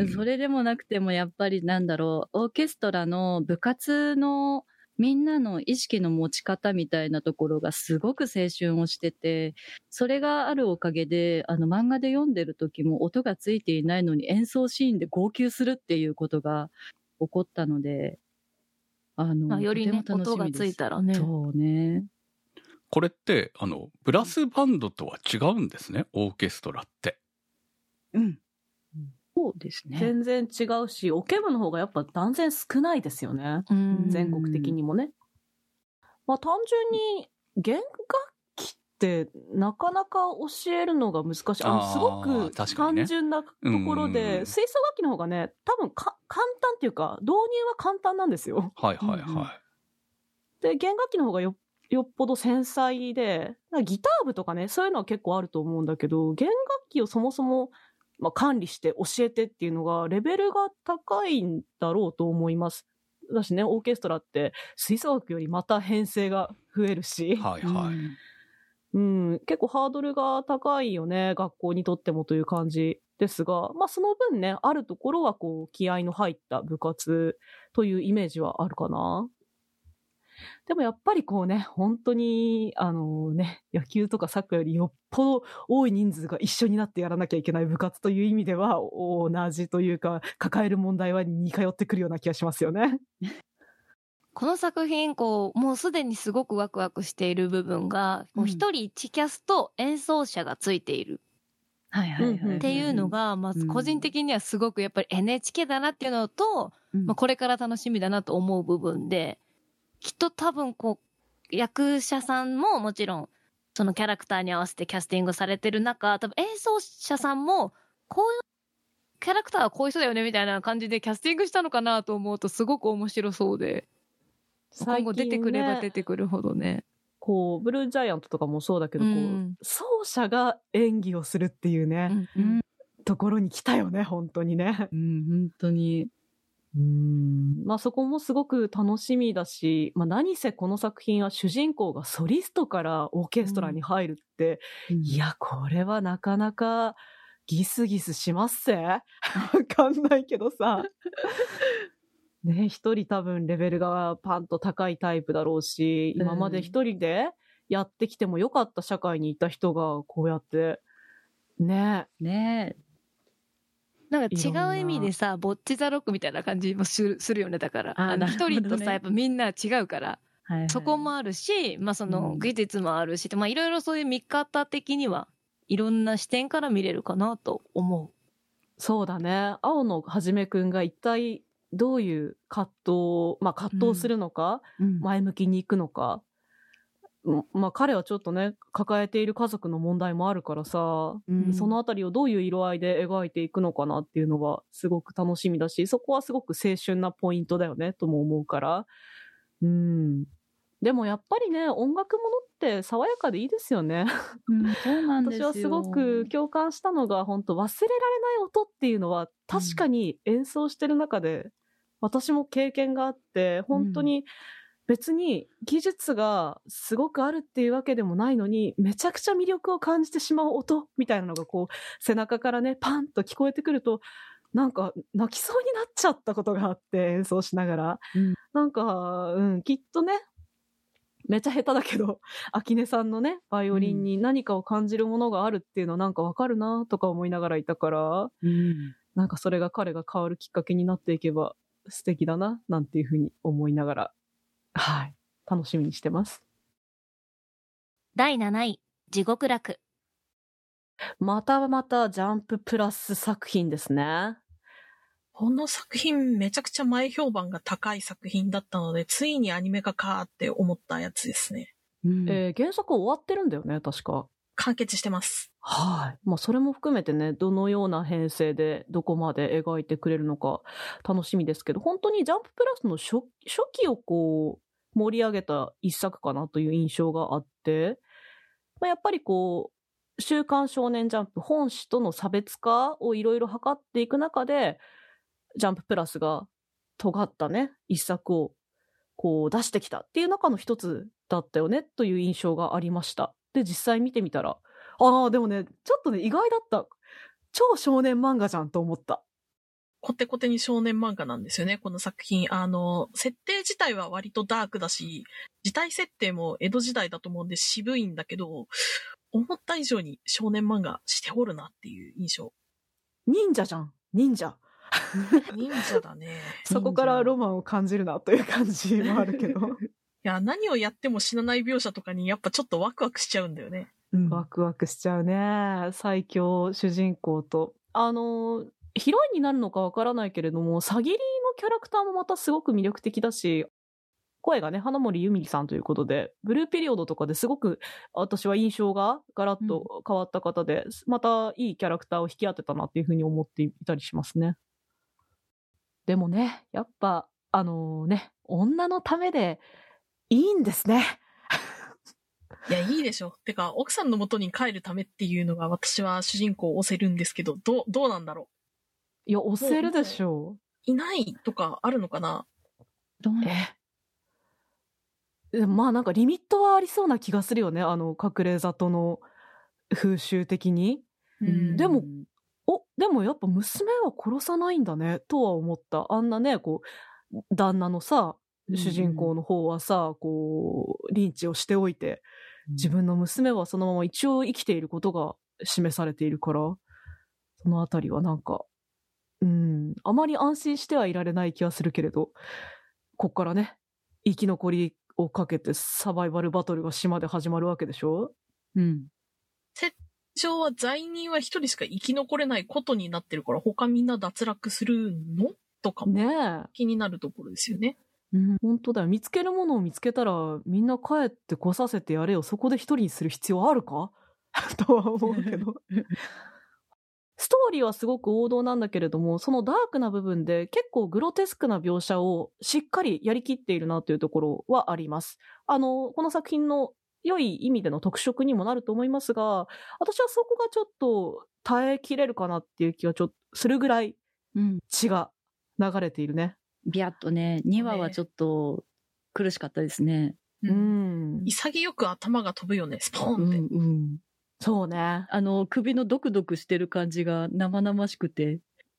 Speaker 9: それでもなくてもやっぱりなんだろう、オーケストラの部活のみんなの意識の持ち方みたいなところがすごく青春をしてて、それがあるおかげで、あの漫画で読んでる時も音がついていないのに演奏シーンで号泣するっていうことが起こったので、あの、
Speaker 1: あよりね、音がついたらね。
Speaker 9: そうね。
Speaker 3: これって、あの、ブラスバンドとは違うんですね、オーケストラって。
Speaker 9: うん。そうですね。
Speaker 7: 全然違うし、オケ部の方がやっぱ断然少ないですよね。全国的にもね。まあ単純に弦楽器ってなかなか教えるのが難しい。あの、すごく単純なところで、ね、吹奏楽器の方がね、多分か簡単っていうか、導入は簡単なんですよ。
Speaker 3: はいはいはい。
Speaker 7: で、弦楽器の方がよよっぽど繊細で、ギター部とかね、そういうのは結構あると思うんだけど、弦楽器をそもそもまあ、管理して教えてっていうのがレベルが高いんだろうと思います。だしね、オーケストラって吹奏楽よりまた編成が増えるし、
Speaker 3: はいはい、
Speaker 7: うん、結構ハードルが高いよね、学校にとってもという感じですが、まあその分ね、あるところはこう気合の入った部活というイメージはあるかな。でもやっぱりこうね、本当に、あのね、野球とかサッカーよりよっぽど多い人数が一緒になってやらなきゃいけない部活という意味では、同じというか、抱える問題は似通ってくるような気がしますよね。
Speaker 1: この作品、こう、もうすでにすごくワクワクしている部分が、もう一人いちキャスと演奏者がついている。
Speaker 9: はいはいはい。
Speaker 1: っていうのが、まず個人的にはすごくやっぱり エヌエイチケー だなっていうのと、うん、まあこれから楽しみだなと思う部分で、きっと多分こう、役者さんももちろん、そのキャラクターに合わせてキャスティングされてる中、多分演奏者さんも、こういう、キャラクターはこういう人だよねみたいな感じでキャスティングしたのかなと思うとすごく面白そうで、今後出てくれば出てくるほどね。
Speaker 7: こう、ブルージャイアントとかもそうだけど、こう、うん、奏者が演技をするっていうね、うんうん、ところに来たよね、本当にね。
Speaker 9: うん、本当に。
Speaker 7: うーんまあそこもすごく楽しみだし、まあ何せこの作品は主人公がソリストからオーケストラに入るって、うん、いや、これはなかなかギスギスしますせわかんないけどさ。ね、一人多分レベルがパンと高いタイプだろうし、今まで一人でやってきてもよかった社会にいた人がこうやって、ね。
Speaker 9: ね
Speaker 1: なんか違う意味でさ、ボッチザロックみたいな感じもする、するよね。だから、あの一人とさ、やっぱみんな違うから、はいはい、そこもあるし、まあその技術もあるし、うん、まあいろいろそういう見方的にはいろんな視点から見れるかなと思う。
Speaker 7: そうだね。青野はじめくんが一体どういう葛藤、まあ葛藤するのか、うん、前向きに行くのか、まあ彼はちょっとね、抱えている家族の問題もあるからさ、うん、そのあたりをどういう色合いで描いていくのかなっていうのはすごく楽しみだし、そこはすごく青春なポイントだよね、とも思うから。うん。 でもやっぱりね、音楽ものって爽やかでいいですよね。
Speaker 9: うん、そうなんですよ。
Speaker 7: 私はすごく共感したのが、本当忘れられない音っていうのは、確かに演奏してる中で、私も経験があって、本当に別に技術がすごくあるっていうわけでもないのに、めちゃくちゃ魅力を感じてしまう音みたいなのがこう、背中からね、パンと聞こえてくると、なんか泣きそうになっちゃったことがあって、演奏しながら。うん、なんか、うん、きっとね、めっちゃ下手だけど、秋音さんのね、バイオリンに何かを感じるものがあるっていうのはなんかわかるなとか思いながらいたから、うん、なんかそれが彼が変わるきっかけになっていけば素敵だな、なんていうふうに思いながら、はい、楽しみにしてます。
Speaker 1: だいなない、地獄楽。
Speaker 7: またまたジャンププラス作品ですね。
Speaker 5: この作品めちゃくちゃ前評判が高い作品だったので、ついにアニメ化かって思ったやつですね。
Speaker 7: うん、えー、原作終わってるんだよね、確か。
Speaker 5: 完結してます。
Speaker 7: はい。まあそれも含めてね、どのような編成でどこまで描いてくれるのか楽しみですけど、本当にジャンププラスの 初, 初期をこう盛り上げた一作かなという印象があって、まあ、やっぱりこう、週刊少年ジャンプ本誌との差別化をいろいろ図っていく中で、ジャンププラスが尖ったね、一作をこう出してきたっていう中の一つだったよねという印象がありました。で、実際見てみたら、ああ、でもね、ちょっとね、意外だった。超少年漫画じゃんと思った。
Speaker 5: コテコテに少年漫画なんですよね、この作品。あの、設定自体は割とダークだし、時代設定も江戸時代だと思うんで渋いんだけど、思った以上に少年漫画しておるなっていう印象。
Speaker 7: 忍者じゃん、忍者。
Speaker 5: 忍者だね。
Speaker 7: そこからロマンを感じるなという感じもあるけど。い
Speaker 5: や、何をやっても死なない描写とかにやっぱちょっとワクワクしちゃうんだよね。
Speaker 7: うん、ワクワクしちゃうね。最強主人公と。あの、ヒロインになるのかわからないけれども、さぎりのキャラクターもまたすごく魅力的だし、声がね、花森ゆみりさんということで、ブルーピリオドとかですごく私は印象がガラッと変わった方で、うん、またいいキャラクターを引き当てたなっていうふうに思っていたりしますね。でもね、やっぱ、あのー、ね、女のためでいいんですね。
Speaker 5: いや、いいでしょ。てか、奥さんの元に帰るためっていうのが私は主人公を押せるんですけど、どう、どうなんだろ
Speaker 7: う。いや、押せるでしょ
Speaker 5: う。いないとかあるのかな？
Speaker 7: どうえまあなんかリミットはありそうな気がするよね。あの、隠れ里の風習的に。うん、でも、お、でもやっぱ娘は殺さないんだね、とは思った。あんなね、こう、旦那のさ、主人公の方はさ、うん、こう、リンチをしておいて、自分の娘はそのまま一応生きていることが示されているから、そのあたりはなんか、うん、あまり安心してはいられない気はするけれど、こっからね、生き残りをかけてサバイバルバトルが島で始まるわけでしょ？うん。
Speaker 5: 設定は罪人は一人しか生き残れないことになってるから、他みんな脱落するのとかも気になるところですよね。
Speaker 7: うん、本当だよ。見つけるものを見つけたらみんな帰ってこさせてやれよ。そこで一人にする必要あるかとは思うけどストーリーはすごく王道なんだけれども、そのダークな部分で結構グロテスクな描写をしっかりやりきっているなというところはあります。あの、この作品の良い意味での特色にもなると思いますが、私はそこがちょっと耐えきれるかなっていう気がちょっとするぐらい血が流れているね。
Speaker 9: うん、ビャッとね、にわはちょっと苦しかったですね。
Speaker 5: うん。潔く頭が飛ぶよね、スポーンって。うん、うん
Speaker 7: そうね。
Speaker 9: あの、首のドクドクしてる感じが生々しくて。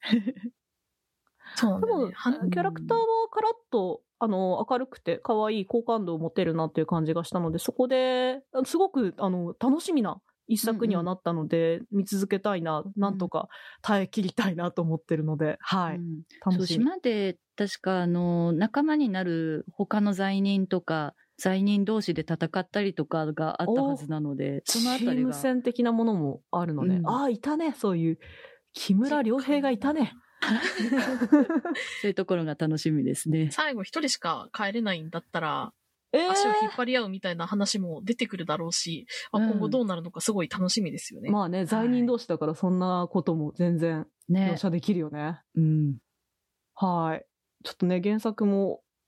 Speaker 5: そうね。
Speaker 7: でも、キャラクターはカラッと、あの、明るくて可愛い好感度を持てるなっていう感じがしたので、そこで、すごく、あの、楽しみな一作にはなったので、うんうん、見続けたいな、なんとか耐え切りたいなと思ってるので、はい。うん、
Speaker 9: 楽しみ。島で、確か、あの、仲間になる他の罪人とか、罪人同士で戦ったりとかがあったはずなので、
Speaker 7: そのあたりがチーム戦的なものもあるのね。うん、ああ、いたね、そういう。木村良平がいたね。
Speaker 9: そういうところが楽しみですね。
Speaker 5: 最後一人しか帰れないんだったら、えー、足を引っ張り合うみたいな話も出てくるだろうし、うん、今後どうなるのかすごい楽しみですよね。
Speaker 7: まあね、罪人同士だからそんなことも全然描写できるよね。ねうん。はい。ちょっとね、原作も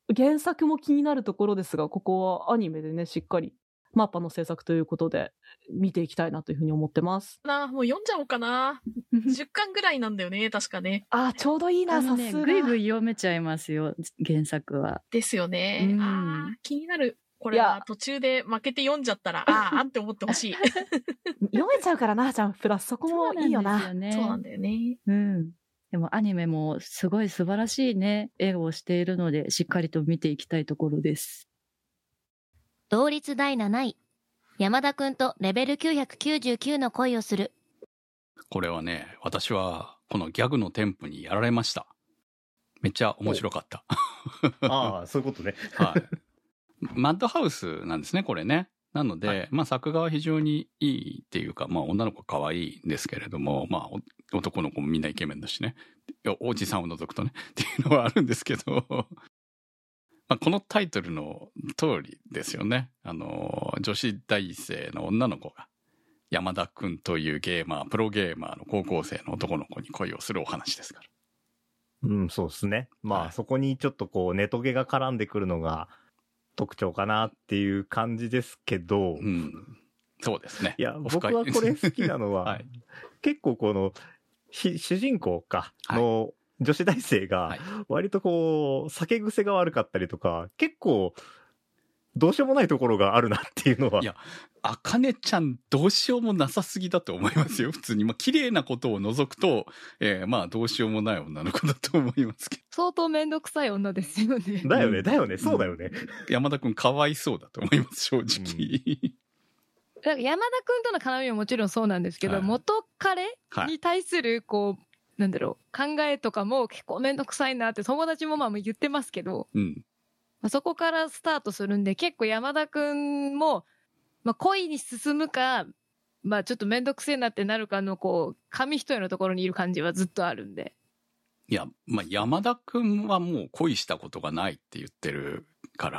Speaker 7: 原作も気になるところですが、ここはアニメでね、しっかりマッパの制作ということで見ていきたいなというふうに思ってます。
Speaker 5: なあ、もう読んじゃおうかな。じゅっかんぐらいなんだよね、確かね。
Speaker 7: あ、ちょうどいいな、さすが。
Speaker 9: ぐいぐい読めちゃいますよ、原作は。
Speaker 5: ですよね。うん、あ気になる。これは途中で負けて読んじゃったら、ああって思ってほしい。
Speaker 7: 読めちゃうからな、ジャンププラス。そこもいいよな。
Speaker 5: そうなんだよね。
Speaker 9: うん。でもアニメもすごい素晴らしいね、絵をしているので、しっかりと見ていきたいところです。
Speaker 1: 同率だいなない。山田くんとレベルきゅうひゃくきゅうじゅうきゅうの恋をする。
Speaker 3: これはね、私はこのギャグのテンポにやられました。めっちゃ面白かった。
Speaker 4: ああ、そういうことね。
Speaker 3: はい。マッドハウスなんですね、これね。なので、はい、まあ作画は非常にいいっていうか、まあ女の子可愛いんですけれども、まあ男の子もみんなイケメンだしね。おじさんを除くとね、っていうのはあるんですけど、まあこのタイトルの通りですよね。あの、女子大生の女の子が、山田くんというゲーマー、プロゲーマーの高校生の男の子に恋をするお話ですから。
Speaker 4: うん、そうですね。まあ、はい、そこにちょっとこう、ネトゲが絡んでくるのが、特徴かなっていう感じですけど、
Speaker 3: うん、そうですね。
Speaker 4: いや、僕はこれ好きなのは、はい、結構この主人公かの女子大生が割とこう酒癖が悪かったりとか、結構どうしようもないところがあるなっていうのは。
Speaker 3: いや、あかねちゃんどうしようもなさすぎだと思いますよ。普通に。まあ、綺麗なことを除くと、えー、まあ、どうしようもない女の子だと思いますけど。
Speaker 8: 相当めんどくさい女ですよね。
Speaker 4: だよね、だよね、そうだよね。
Speaker 3: うん、山田くんかわいそうだと思います、正直。うん
Speaker 8: だから山田くんとの絡みももちろんそうなんですけど、はい、元彼に対する、こう、なんだろう、考えとかも結構めんどくさいなって友達もまあ言ってますけど、
Speaker 3: うん
Speaker 8: まあ、そこからスタートするんで、結構山田くんも、まあ、恋に進むか、まあちょっとめんどくせえなってなるかの、こう、紙一重のところにいる感じはずっとあるんで。
Speaker 3: いや、まあ山田くんはもう恋したことがないって言ってるから、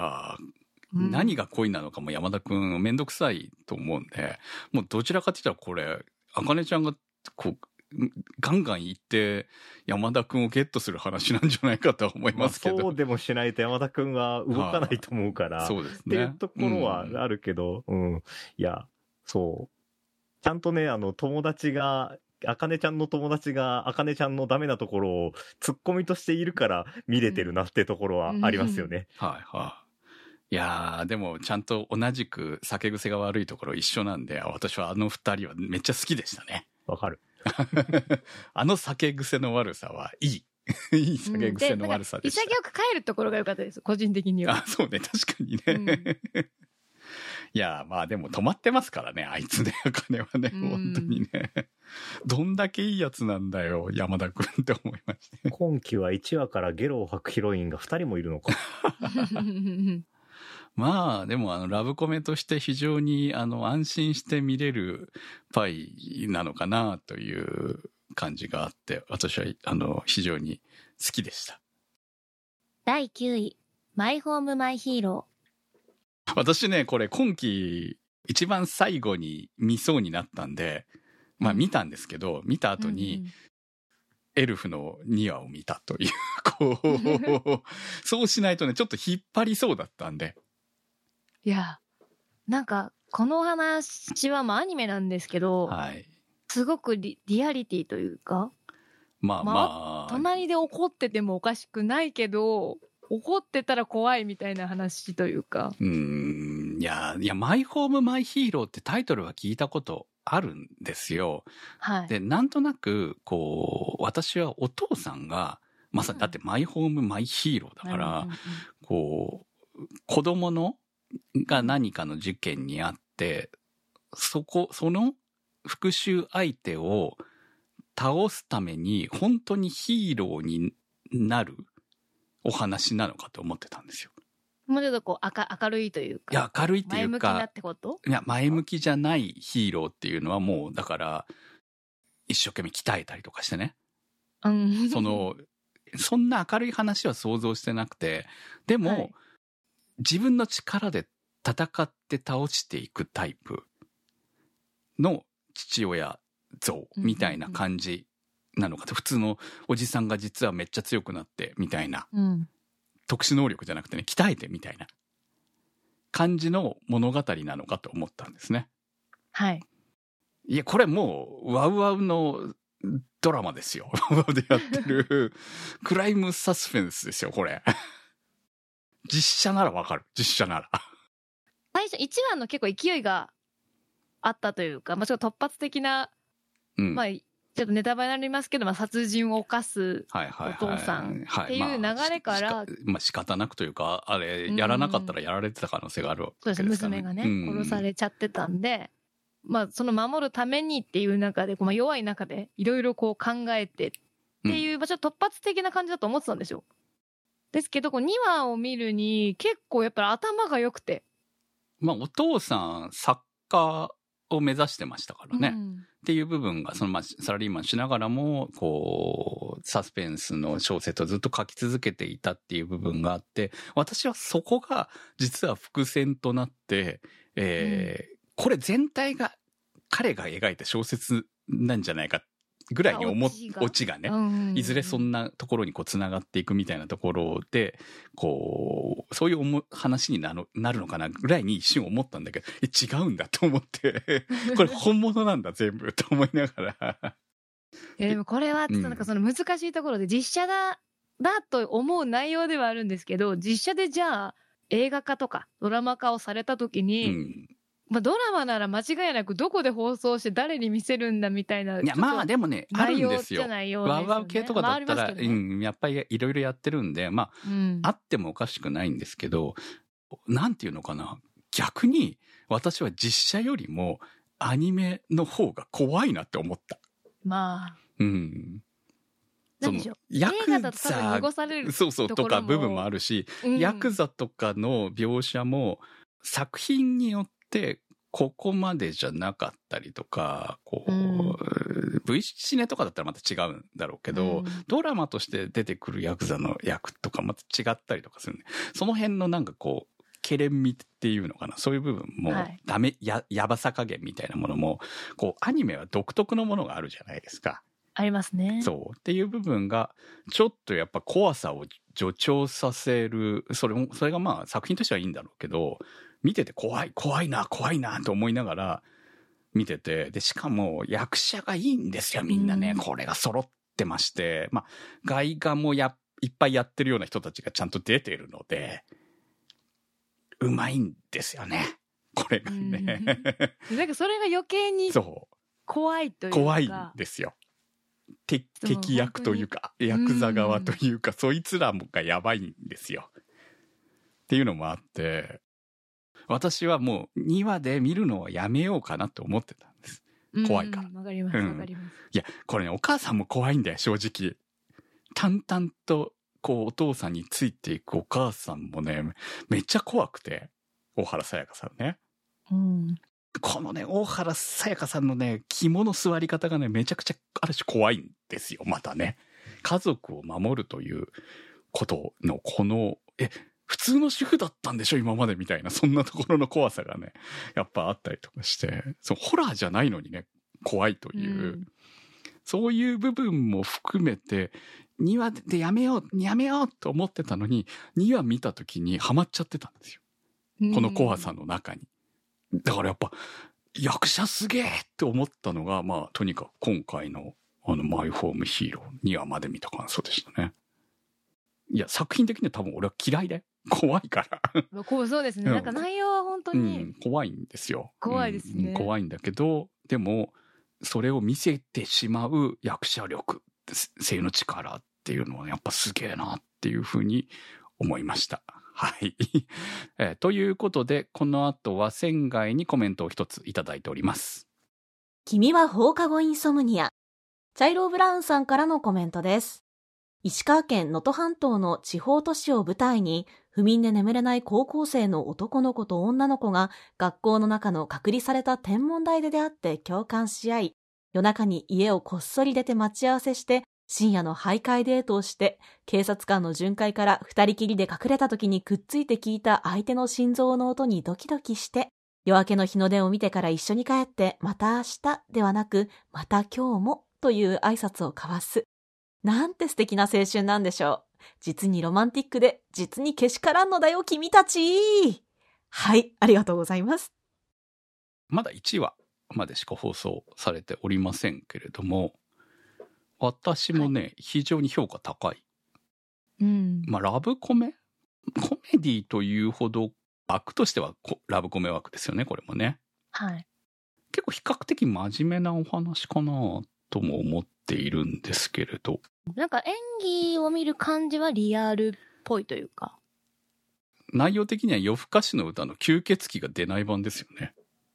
Speaker 3: うん、何が恋なのかも山田くんめんどくさいと思うんで、もうどちらかって言ったらこれ、あかねちゃんがこう、ガンガン行って山田くんをゲットする話なんじゃないかとは思いますけど。
Speaker 4: まあ、そうでもしないと山田くんは動かないと思うから。
Speaker 3: そうですね。
Speaker 4: っていうところはあるけど、うん、うん。いや、そう。ちゃんとね、あの、友達が、あかねちゃんの友達が、あかねちゃんのダメなところをツッコミとしているから見れてるなってところはありますよね。
Speaker 3: うん、はいはい。いやー、でもちゃんと同じく酒癖が悪いところ一緒なんで、私はあの二人はめっちゃ好きでしたね。
Speaker 4: わかる。
Speaker 3: あの酒癖の悪さはいい。いい酒癖の悪さでした。
Speaker 8: うん、潔く帰るところが良かったです、個人的には。
Speaker 3: あ、そうね、確かにね。うん、いや、まあでも止まってますからね、あいつね、あかねはね、うん、本当にね。どんだけいいやつなんだよ、山田くんって思いました。
Speaker 4: 今期はいちわからゲロを吐くヒロインがふたりもいるのか。
Speaker 3: まあ、でもあの、ラブコメとして非常にあの、安心して見れるパイなのかなという感じがあって、私はあの、非常に好きでした。
Speaker 1: だいきゅうい、マイホームマイヒーロ
Speaker 3: ー。私ね、これ今期一番最後に見そうになったんで、まあ見たんですけど、見た後に、エルフのにわを見たという、こう、そうしないとね、ちょっと引っ張りそうだったんで。
Speaker 8: いや、なんか、この話はまあアニメなんですけど、
Speaker 3: はい、
Speaker 8: すごく リ, リアリティというか、
Speaker 3: まあまあ、
Speaker 8: まあ、隣で怒っててもおかしくないけど、怒ってたら怖いみたいな話というか。
Speaker 3: うーん、いや、いや、マイホームマイヒーローってタイトルは聞いたことあるんですよ。
Speaker 8: はい。
Speaker 3: で、なんとなく、こう、私はお父さんが、まさにだってマイホームマイヒーローだから、うん、こう、子供のが何かの事件にあって、そこ、その復讐相手を倒すために本当にヒーローになるお話なのかと思ってたんですよ。
Speaker 8: もうちょっとこう明、明るいというか。
Speaker 3: いや、明るいっていうか。前
Speaker 8: 向きなってこと？
Speaker 3: いや、前向きじゃないヒーローっていうのはもう、だから、一生懸命鍛えたりとかしてね。
Speaker 8: うん。
Speaker 3: その、そんな明るい話は想像してなくて、でも、はい、自分の力で戦って倒していくタイプの父親像みたいな感じなのかと、うんうんうん、普通のおじさんが実はめっちゃ強くなってみたいな、
Speaker 8: うん、
Speaker 3: 特殊能力じゃなくてね、鍛えてみたいな感じの物語なのかと思ったんですね。
Speaker 8: はい。
Speaker 3: いや、これもう、ワウワウのドラマですよ。ワウワウでやってるクライムサスペンスですよ、これ。実写ならわかる。実写なら。
Speaker 8: 最初、いちわの結構勢いがあったというか、まあ、ちょっと突発的な、うん、まあ、ちょっとネタバレになりますけど、まあ、殺人を犯すお父さんっていう流れから、
Speaker 3: はいはいはい、まあ、まあ、仕方なくというか、あれ、やらなかったらやられてた可能性があるわけですからね。
Speaker 8: そうです、娘がね、うん、殺されちゃってたんで、まあ、その守るためにっていう中で、まあ、弱い中でいろいろこう考えてっていう、うん、まあ、ちょっと突発的な感じだと思ってたんですよ。ですけど、こうにわを見るに結構やっぱり頭が良くて。
Speaker 3: まあ、お父さん作家を目指してましたからね。うん、っていう部分が、そのまあサラリーマンしながらも、こう、サスペンスの小説をずっと書き続けていたっていう部分があって、私はそこが実は伏線となって、えーうん、これ全体が彼が描いた小説なんじゃないかぐらいに思っ、オチがね、いずれそんなところにこう繋がっていくみたいなところで、こう、そういう思話になる、なるのかなぐらいに一瞬思ったんだけど、え、違うんだと思って、これ本物なんだ全部と思いながら。
Speaker 8: でもこれは、なんかその難しいところで実写だ、だと思う内容ではあるんですけど、実写でじゃあ映画化とかドラマ化をされた時に、うんまあ、ドラマなら間違いなくどこで放送して誰に見せるんだみたいな。
Speaker 3: いや、まあでもね、あるんですよ。ワウワウ系とかだったら、
Speaker 8: まあね、
Speaker 3: うん、やっぱりいろいろやってるんで、まあ、うん、あってもおかしくないんですけど、なんていうのかな。逆に私は実写よりもアニメの方が怖いなって思った。
Speaker 8: まあ。
Speaker 3: うん。
Speaker 8: そのヤクザ、汚される
Speaker 3: そうそうとか部分もあるし、うん、ヤクザとかの描写も作品によってで、ここまでじゃなかったりとか、こう、うん、V シネとかだったらまた違うんだろうけど、うん、ドラマとして出てくるヤクザの役とかまた違ったりとかするね。その辺のなんかこう、ケレン味っていうのかな、そういう部分もダメ、はい、や、やばさ加減みたいなものも、こう、アニメは独特のものがあるじゃないですか。
Speaker 8: ありますね。
Speaker 3: そう。っていう部分が、ちょっとやっぱ怖さを助長させる、それも、それがまあ作品としてはいいんだろうけど、見てて怖い、怖いな、怖いなと思いながら見てて、で、しかも役者がいいんですよ、みんなね。これが揃ってまして、まあ、外画もや、いっぱいやってるような人たちがちゃんと出てるので、うまいんですよね。これがね。
Speaker 8: なんかそれが余計に怖いというか。
Speaker 3: 怖いんですよ。敵役というか、ヤクザ側というか、そいつらもがやばいんですよ。っていうのもあって、私はもうにわで見るのはやめようかなと思ってたんです。怖いから。
Speaker 8: わかります、わかります。
Speaker 3: いや、これね、お母さんも怖いんだよ、正直。淡々と、こう、お父さんについていくお母さんもね、めっちゃ怖くて、大原さやかさんね。
Speaker 8: うん。
Speaker 3: このね、大原さやかさんのね、肝の座り方がね、めちゃくちゃ、ある種怖いんですよ、またね。家族を守るということの、この、え、普通の主婦だったんでしょ今までみたいな、そんなところの怖さがね、やっぱあったりとかして、そう、ホラーじゃないのにね、怖いという、うん、そういう部分も含めて、にわでやめよう、やめようと思ってたのに、にわ見た時にハマっちゃってたんですよ。この怖さの中に。だからやっぱ、役者すげえって思ったのが、まあ、とにかく今回の、あの、マイホームヒーローにわまで見た感想でしたね。いや、作品的には多分俺は嫌いだよ。怖いから。
Speaker 8: こうそうですね、うん。なんか内容は本当に、
Speaker 3: うん、怖いんですよ。
Speaker 8: 怖いですね、
Speaker 3: うん。怖いんだけど、でも、それを見せてしまう役者力、声優の力っていうのはやっぱすげえなっていうふうに思いました。はい、えー。ということで、この後は仙外にコメントを一ついただいております。
Speaker 10: 君は放課後インソムニア。チャイロー・ブラウンさんからのコメントです。石川県能登半島の地方都市を舞台に、不眠で眠れない高校生の男の子と女の子が学校の中の隔離された天文台で出会って共感し合い、夜中に家をこっそり出て待ち合わせして、深夜の徘徊デートをして、警察官の巡回から二人きりで隠れた時にくっついて聞いた相手の心臓の音にドキドキして、夜明けの日の出を見てから一緒に帰って、また明日ではなく、また今日もという挨拶を交わす。なんて素敵な青春なんでしょう。 実にロマンティックで、実にけしからんのだよ、君たち。はい、ありがとうございます。
Speaker 3: まだいちわまでしか放送されておりませんけれども、私もね、はい、非常に評価高い。
Speaker 8: うん。
Speaker 3: まあ、ラブコメコメディというほど、枠としてはラブコメ枠ですよね、これもね。
Speaker 8: はい。
Speaker 3: 結構比較的真面目なお話かなとも思っているんですけれど。
Speaker 1: なんか演技を見る感じはリアルっぽいというか。
Speaker 3: 内容的には夜更かしの歌の吸血鬼が出ない版ですよね。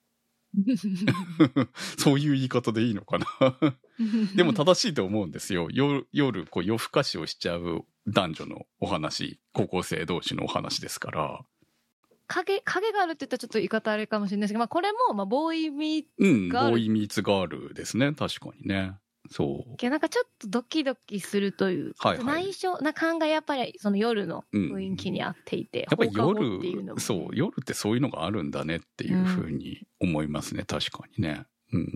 Speaker 3: そういう言い方でいいのかな。でも正しいと思うんですよ。夜、夜こう夜更かしをしちゃう男女のお話、高校生同士のお話ですから。
Speaker 8: 影、影があるって言ったらちょっと言い方あれかもしれないですけど、まあこれも、まあボーイミーツ
Speaker 3: ガール。うん、ボ
Speaker 8: ー
Speaker 3: ーイミーツガールですね。確かにね。そう。
Speaker 8: なんかちょっとドキドキするという、はいはい、内緒な感がやっぱりその夜の雰囲気に合っていて、
Speaker 3: うん、やっぱり夜っていうのも、ね、そう夜ってそういうのがあるんだねっていうふうに思いますね、うん、確かにね。うんうん、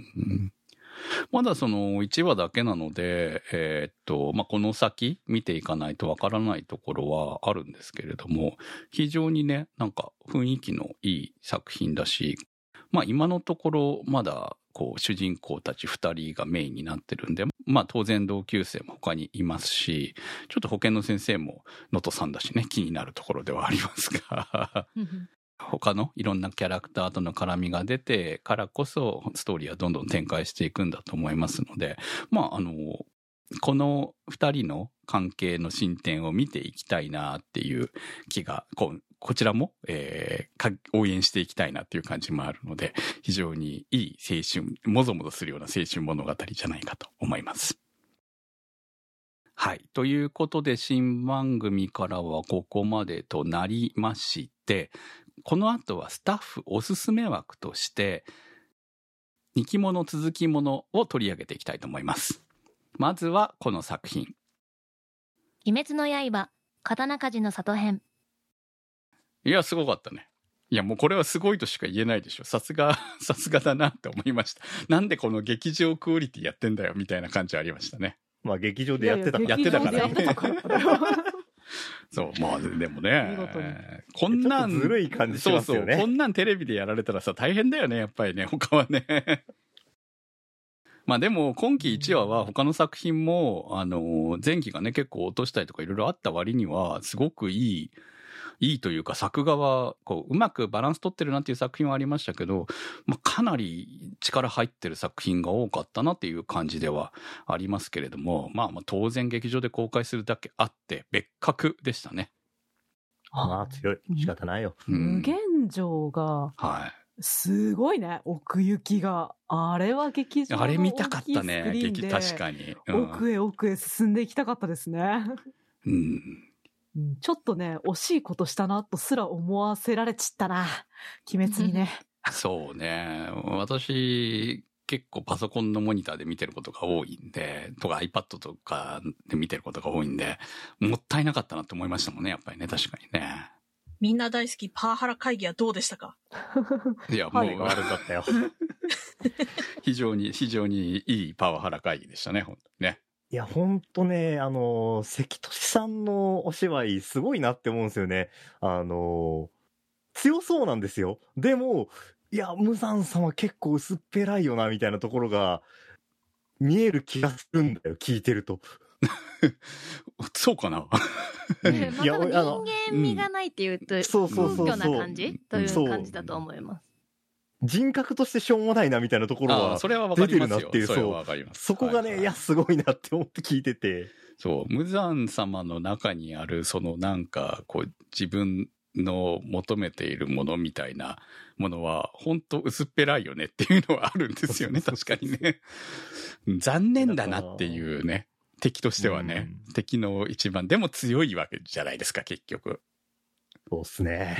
Speaker 3: まだそのいちわだけなので、えー、っとまあこの先見ていかないとわからないところはあるんですけれども、非常にねなんか雰囲気のいい作品だし、まあ今のところまだこう主人公たちふたりがメインになってるんで、まあ当然同級生も他にいますし、ちょっと保健の先生も能登さんだしね、気になるところではありますが他のいろんなキャラクターとの絡みが出てからこそストーリーはどんどん展開していくんだと思いますので、まああのこのふたりの関係の進展を見ていきたいなっていう気がこうこちらも、えー、応援していきたいなっていう感じもあるので、非常にいい青春、もぞもぞするような青春物語じゃないかと思います。はい。ということで、新番組からはここまでとなりまして、この後はスタッフおすすめ枠として、にきもの続きものを取り上げていきたいと思います。まずはこの作品。
Speaker 1: 鬼滅の刃、刀鍛冶の里編。
Speaker 3: いや、すごかったね。いや、もうこれはすごいとしか言えないでしょ。さすが、さすがだなって思いました。なんでこの劇場クオリティやってんだよ、みたいな感じありましたね。
Speaker 4: まあ劇場でやってたから。
Speaker 3: やってたからね。そう、まあでもね、こんなん、
Speaker 4: ずるい感じしますよね。
Speaker 3: そうそう、こんなんテレビでやられたらさ、大変だよね、やっぱりね、他はね。まあでも今期いちわは他の作品も、あの、前期がね、結構落としたりとかいろいろあった割には、すごくいい、いいというか作画はこううまくバランス取ってるなっていう作品はありましたけど、まあ、かなり力入ってる作品が多かったなっていう感じではありますけれども、まあまあ当然劇場で公開するだけあって別格でしたね。
Speaker 4: ああ強い、仕方ないよ。
Speaker 7: 無限城がすごいね、奥行きが。あれは劇場の大きいスクリーンで、あれ見たかったね、劇確かに、うん、奥へ奥へ進んでいきたかったですね。
Speaker 3: うん
Speaker 7: ちょっとね、惜しいことしたなとすら思わせられちったな。鬼滅にね。
Speaker 3: そうね。私、結構パソコンのモニターで見てることが多いんで、とか iPad とかで見てることが多いんで、もったいなかったなって思いましたもんね、やっぱりね、確かにね。
Speaker 5: みんな大好きパワハラ会議はどうでしたか？
Speaker 3: いや、もう
Speaker 4: 悪かったよ。
Speaker 3: 非常に、非常にいいパワハラ会議でしたね、本当にね。
Speaker 4: いや、ほんとね、あの、関俊さんのお芝居すごいなって思うんですよね。あの、強そうなんですよ。でも、いや、無惨さんは結構薄っぺらいよな、みたいなところが見える気がするんだよ、聞いてると。
Speaker 3: そうかな。
Speaker 1: うん、いや、人間味がないっていうと、うん、そうそうそうそう、空虚な感じという感じだと思います。
Speaker 4: 人格としてしょうもないなみたいなところは出てるなっていう、そう、そこがね、はいはい、いやすごいなって思って聞いてて、
Speaker 3: そう無惨様の中にあるそのなんかこう自分の求めているものみたいなものは本当薄っぺらいよねっていうのはあるんですよね。確かにね。残念だなっていうね、敵としてはね、うん、敵の一番でも強いわけじゃないですか結局。
Speaker 4: そうっすね。
Speaker 3: うん、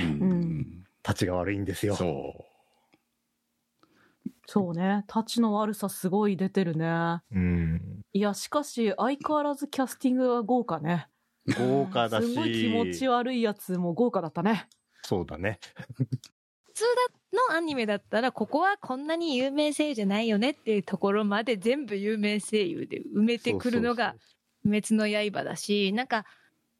Speaker 4: 立ちが悪いんですよ。
Speaker 3: そう。
Speaker 7: そうね、タチの悪さすごい出てるね。
Speaker 4: うん。
Speaker 7: いや、しかし相変わらずキャスティングが豪華ね。
Speaker 4: 豪華だし。
Speaker 7: すごい気持ち悪いやつも豪華だったね。
Speaker 4: そうだね。
Speaker 1: 普通のアニメだったら、ここはこんなに有名声優じゃないよねっていうところまで全部有名声優で埋めてくるのが、鬼滅の刃だし、なんか、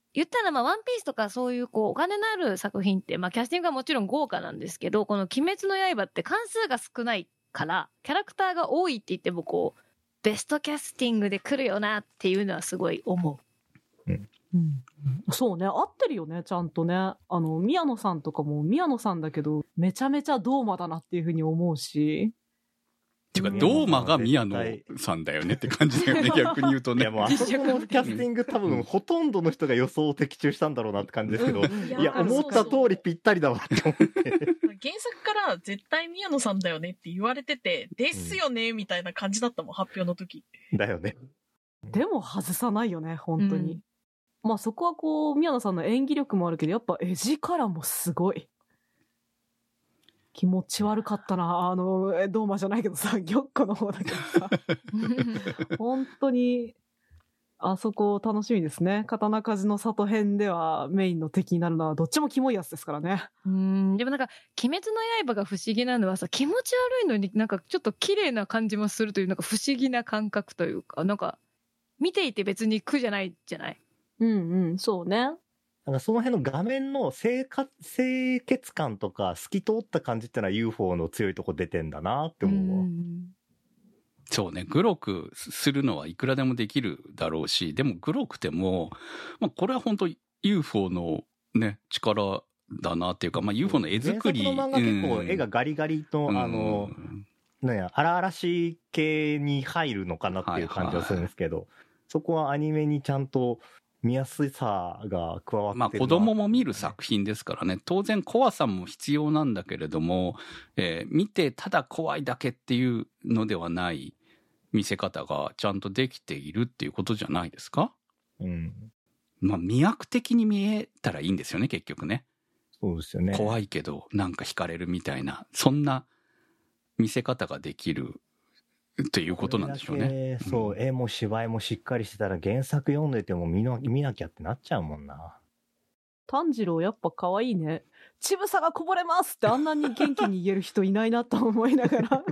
Speaker 1: 言ったらまあワンピースとかそういうこうお金のある作品ってまあキャスティングがもちろん豪華なんですけど、この鬼滅の刃って関数が少ないからキャラクターが多いって言ってもこうベストキャスティングで来るよなっていうのはすごい思う。
Speaker 7: うんうん、そうね、合ってるよね、ちゃんとね。あの宮野さんとかも宮野さんだけどめちゃめちゃドーマだなっていうふうに思うし。
Speaker 3: っていうか、ドーマが宮野さんだよねって感じだよね、逆に言うとね。
Speaker 4: いや、もうあそこのキャスティング多分、ほとんどの人が予想を的中したんだろうなって感じですけど、うん、いや、思った通りぴったりだわって思って。
Speaker 5: 原作から絶対宮野さんだよねって言われてて、ですよね、みたいな感じだったもん、発表の時。
Speaker 4: だよね。
Speaker 7: でも外さないよね、本当に。うん、まあそこはこう、宮野さんの演技力もあるけど、やっぱ絵力もすごい。気持ち悪かったな。あの、ドーマじゃないけどさ、玉子の方だけどさ。本当に、あそこ楽しみですね。刀鍛冶の里編ではメインの敵になるのはどっちもキモいやつですからね。
Speaker 1: うん、でもなんか、鬼滅の刃が不思議なのはさ、気持ち悪いのになんかちょっと綺麗な感じもするという、なんか不思議な感覚というか、なんか、見ていて別に苦じゃないじゃない。
Speaker 7: うんうん、そうね。
Speaker 4: なんかその辺の画面の清か清潔感とか透き通った感じってのは ユーフォー の強いとこ出てんだなって思うわ。う
Speaker 3: そうね、グロくするのはいくらでもできるだろうし、でもグロくても、まあこれは本当 ユーフォー のね、力だなっていうか、まあ ユーフォー の絵作り。
Speaker 4: 原作の漫画結構絵がガリガリと、うん、あの、なんや、荒々しい系に入るのかなっていう感じはするんですけど、はいはい、そこはアニメにちゃんと見やすさが加わってる。
Speaker 3: まあ子供も見る作品ですからね。当然怖さも必要なんだけれども、えー、見てただ怖いだけっていうのではない見せ方がちゃんとできているっていうことじゃないですか？
Speaker 4: うん。
Speaker 3: まあ魅惑的に見えたらいいんですよね、結局ね。
Speaker 4: そうですよね。
Speaker 3: 怖いけどなんか惹かれるみたいな、そんな見せ方ができる。っていうことなんでしょうね。
Speaker 4: そう、うん、絵も芝居もしっかりしてたら原作読んでても見な、見なきゃってなっちゃうもんな。
Speaker 7: 炭治郎やっぱ可愛いね。乳房がこぼれますってあんなに元気に言える人いないなと思いながら。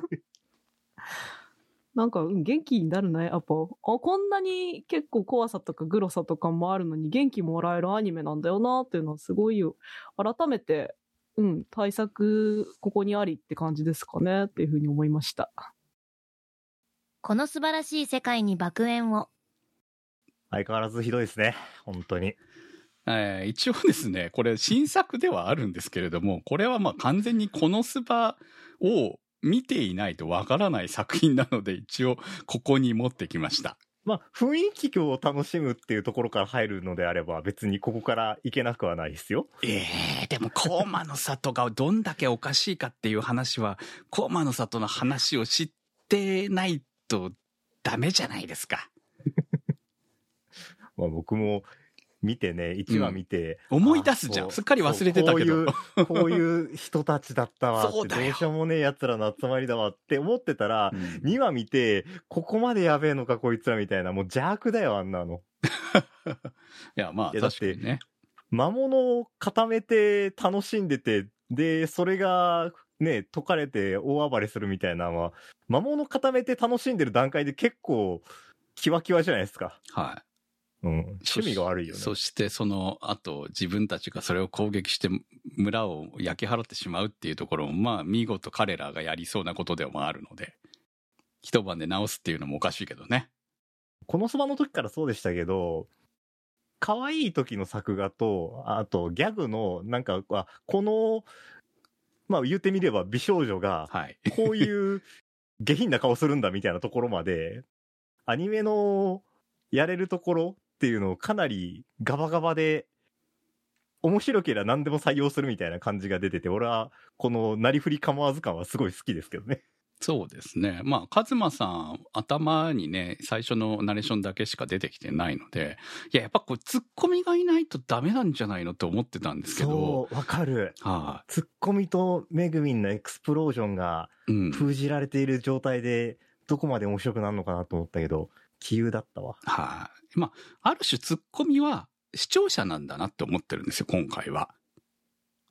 Speaker 7: なんか、うん、元気になるね。やっぱ、あ、こんなに結構怖さとかグロさとかもあるのに元気もらえるアニメなんだよなっていうのはすごいよ。改めて、うん、対策ここにありって感じですかねっていうふうに思いました。
Speaker 1: この素晴らしい世界に爆炎を。
Speaker 4: 相変わらずひどいですね。本当に。
Speaker 3: えー、一応ですね、これ新作ではあるんですけれども、これはまあ完全にこのスバを見ていないとわからない作品なので、一応ここに持ってきました。
Speaker 4: まあ雰囲気を楽しむっていうところから入るのであれば、別にここから行けなくはないですよ。
Speaker 3: ええー、でも高間の里がどんだけおかしいかっていう話は、高間の里の話を知ってないとダメじゃないですか。
Speaker 4: まあ僕も見てね、いちわ見て、
Speaker 3: うん、思い出すじゃん。すっかり忘れてたけど。
Speaker 4: こういう、こういう人たちだったわって、どうしようもねえ奴らの集まりだわって思ってたら、うん、にわ見て、ここまでやべえのかこいつらみたいな、もう邪悪だよ、あんなの。
Speaker 3: いや、まあ、確かにね。
Speaker 4: 魔物を固めて楽しんでて、で、それが、ね、解かれて大暴れするみたいなのは、魔物固めて楽しんでる段階で結構、キワキワじゃないですか。
Speaker 3: はい。
Speaker 4: うん。趣味が悪いよね。
Speaker 3: そしてその後、自分たちがそれを攻撃して村を焼き払ってしまうっていうところも、まあ見事彼らがやりそうなことでもあるので、一晩で直すっていうのもおかしいけどね。
Speaker 4: このそばの時からそうでしたけど、可愛い時の作画と、あとギャグの、なんか、この、まあ言ってみれば美少女が、こういう下品な顔するんだみたいなところまで、アニメのやれるところっていうのをかなりガバガバで、面白ければ何でも採用するみたいな感じが出てて、俺はこのなりふり構わず感はすごい好きですけどね。
Speaker 3: そうですね。まあ、カズマさん、頭にね、最初のナレーションだけしか出てきてないので、いや、やっぱこう、ツッコミがいないとダメなんじゃないのと思ってたんですけど。
Speaker 4: そう、わかる。
Speaker 3: はあ、
Speaker 4: ツッコミとメグミンのエクスプロージョンが封じられている状態で、どこまで面白くなるのかなと思ったけど、杞憂だったわ。
Speaker 3: はい、まあ、ある種ツッコミは視聴者なんだなって思ってるんですよ、今回は。
Speaker 4: あ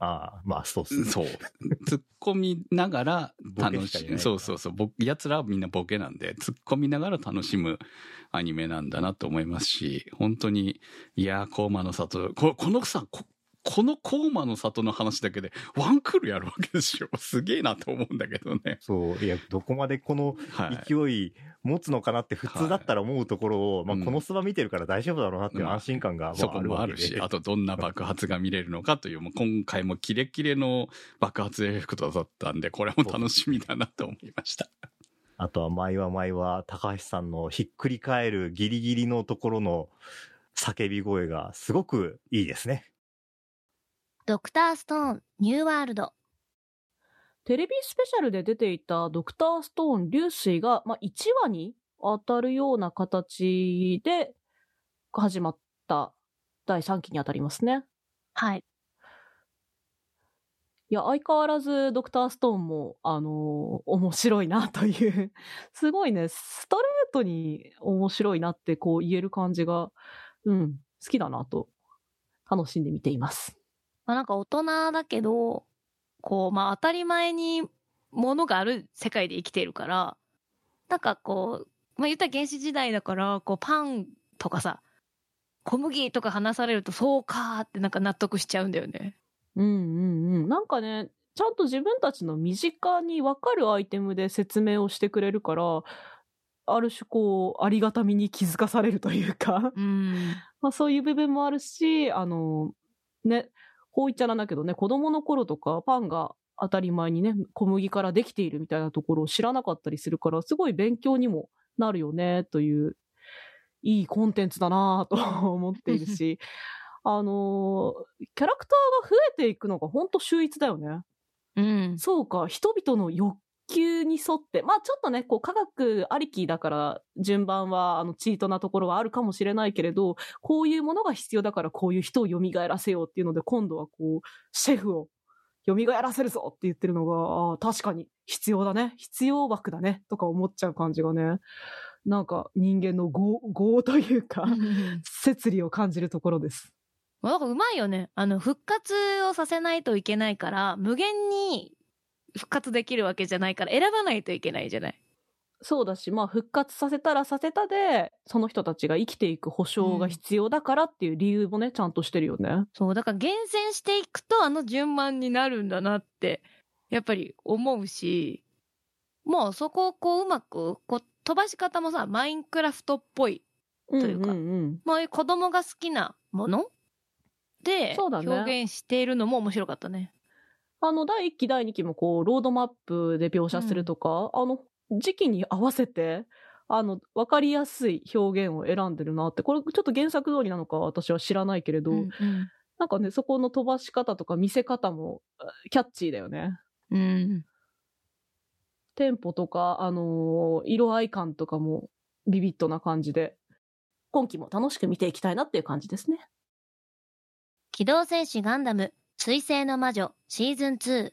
Speaker 4: ああ、まあそうっすね。
Speaker 3: そう。突っ込みながら楽しむ。
Speaker 4: ボケしかいないから
Speaker 3: そうそうそう。僕、奴らはみんなボケなんで、突っ込みながら楽しむアニメなんだなと思いますし、本当に、いやー、コーマの里、ここのさ、ここのコーマの里の話だけでワンクールやるわけですよ。すげえなと思うんだけどね。
Speaker 4: そう。いや、どこまでこの勢い持つのかなって普通だったら思うところを、はい、まあこのスバ見てるから大丈夫だろうなっていう安心感が、
Speaker 3: まあ、そこもあるし、あとどんな爆発が見れるのかという、もう今回もキレキレの爆発エフェクトだったんで、これも楽しみだなと思いました。
Speaker 4: あとは毎話毎話、高橋さんのひっくり返るギリギリのところの叫び声がすごくいいですね。
Speaker 1: ドクターストーンニューワールド。
Speaker 7: テレビスペシャルで出ていたドクターストーン流水が、まあ、いちわに当たるような形で始まっただいさんきに当たりますね。
Speaker 1: はい。
Speaker 7: いや、相変わらずドクターストーンも、あのー、面白いなという、すごいね、ストレートに面白いなってこう言える感じが、うん、好きだなと楽しんで見ています。
Speaker 1: まあなんか大人だけど、こう、まあ当たり前にものがある世界で生きてるから、なんかこう、まあ言ったら原始時代だから、こうパンとかさ、小麦とか話されるとそうかーってなんか納得しちゃうんだよね。
Speaker 7: うんうんうん。なんかね、ちゃんと自分たちの身近に分かるアイテムで説明をしてくれるから、ある種こう、ありがたみに気づかされるというか、
Speaker 1: うん
Speaker 7: まあそういう部分もあるし、あの、ね、こう言っちゃなんだけどね、子供の頃とかパンが当たり前にね、小麦からできているみたいなところを知らなかったりするから、すごい勉強にもなるよね、という、いいコンテンツだなと思っているし、あのー、キャラクターが増えていくのがほんと秀逸だよね。
Speaker 1: うん。
Speaker 7: そうか、人々の欲求に沿って、まあちょっとね、こう科学ありきだから順番はあのチートなところはあるかもしれないけれど、こういうものが必要だからこういう人を蘇らせようっていうので、今度はこう、シェフを蘇らせるぞって言ってるのが、あ、確かに必要だね、必要枠だね、とか思っちゃう感じがね、なんか人間の業、業というか、摂理を感じるところです。
Speaker 1: なんかうまいよね。あの、復活をさせないといけないから、無限に復活できるわけじゃないから、選ばないといけないじゃない。
Speaker 7: そうだし、まあ復活させたらさせたで、その人たちが生きていく保証が必要だからっていう理由もね、ちゃんとしてるよね。
Speaker 1: そう、だから厳選していくとあの順番になるんだなって、やっぱり思うし、もうそこをこううまく、こう飛ばし方もさ、マインクラフトっぽいというか、
Speaker 7: うんうんうん、
Speaker 1: まあ子供が好きなもので表現しているのも面白かったね。
Speaker 7: あの、だいいっき、だいにきもこう、ロードマップで描写するとか、うん、あの、時期に合わせて、あの、わかりやすい表現を選んでるなって、これちょっと原作通りなのか私は知らないけれど、うんうん、なんかね、そこの飛ばし方とか見せ方もキャッチーだよね。
Speaker 1: うん。
Speaker 7: テンポとか、あのー、色合い感とかもビビッドな感じで、今期も楽しく見ていきたいなっていう感じですね。
Speaker 1: 機動戦士ガンダム水星の魔女シーズンツー。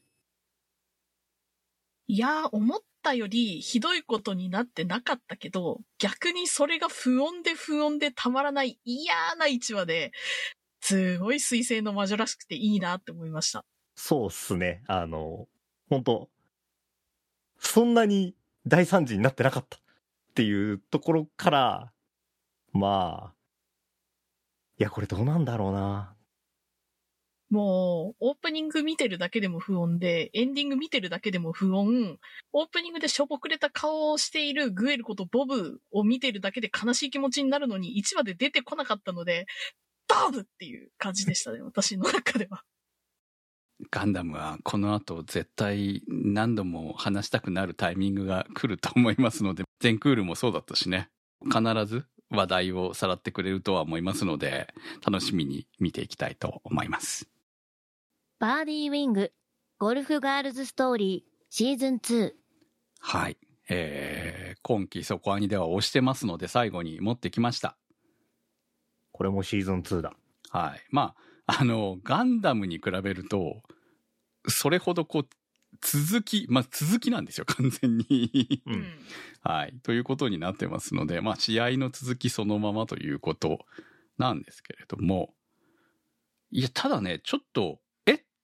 Speaker 5: いやー、思ったよりひどいことになってなかったけど、逆にそれが不穏で不穏でたまらない嫌ないちわで、すごい水星の魔女らしくていいなって思いました。
Speaker 4: そうっすね。あの、本当そんなに大惨事になってなかったっていうところから、まあ、いや、これどうなんだろうな。
Speaker 5: もう、オープニング見てるだけでも不穏で、エンディング見てるだけでも不穏、オープニングでしょぼくれた顔をしているグエルことボブを見てるだけで悲しい気持ちになるのに、いちわで出てこなかったので、ボブっていう感じでしたね、私の中では。
Speaker 3: ガンダムはこの後絶対何度も話したくなるタイミングが来ると思いますので、全クールもそうだったしね、必ず話題をさらってくれるとは思いますので、楽しみに見ていきたいと思います。
Speaker 1: バーディーウィングゴルフガールズストーリーシーズンツー。
Speaker 3: はい、えー、今期そこアニでは推してますので最後に持ってきました。
Speaker 4: これもシーズンツーだ。
Speaker 3: はい。まああのガンダムに比べるとそれほどこう続きまあ続きなんですよ完全に、うん、はいということになってますので、まあ試合の続きそのままということなんですけれども、いやただねちょっとって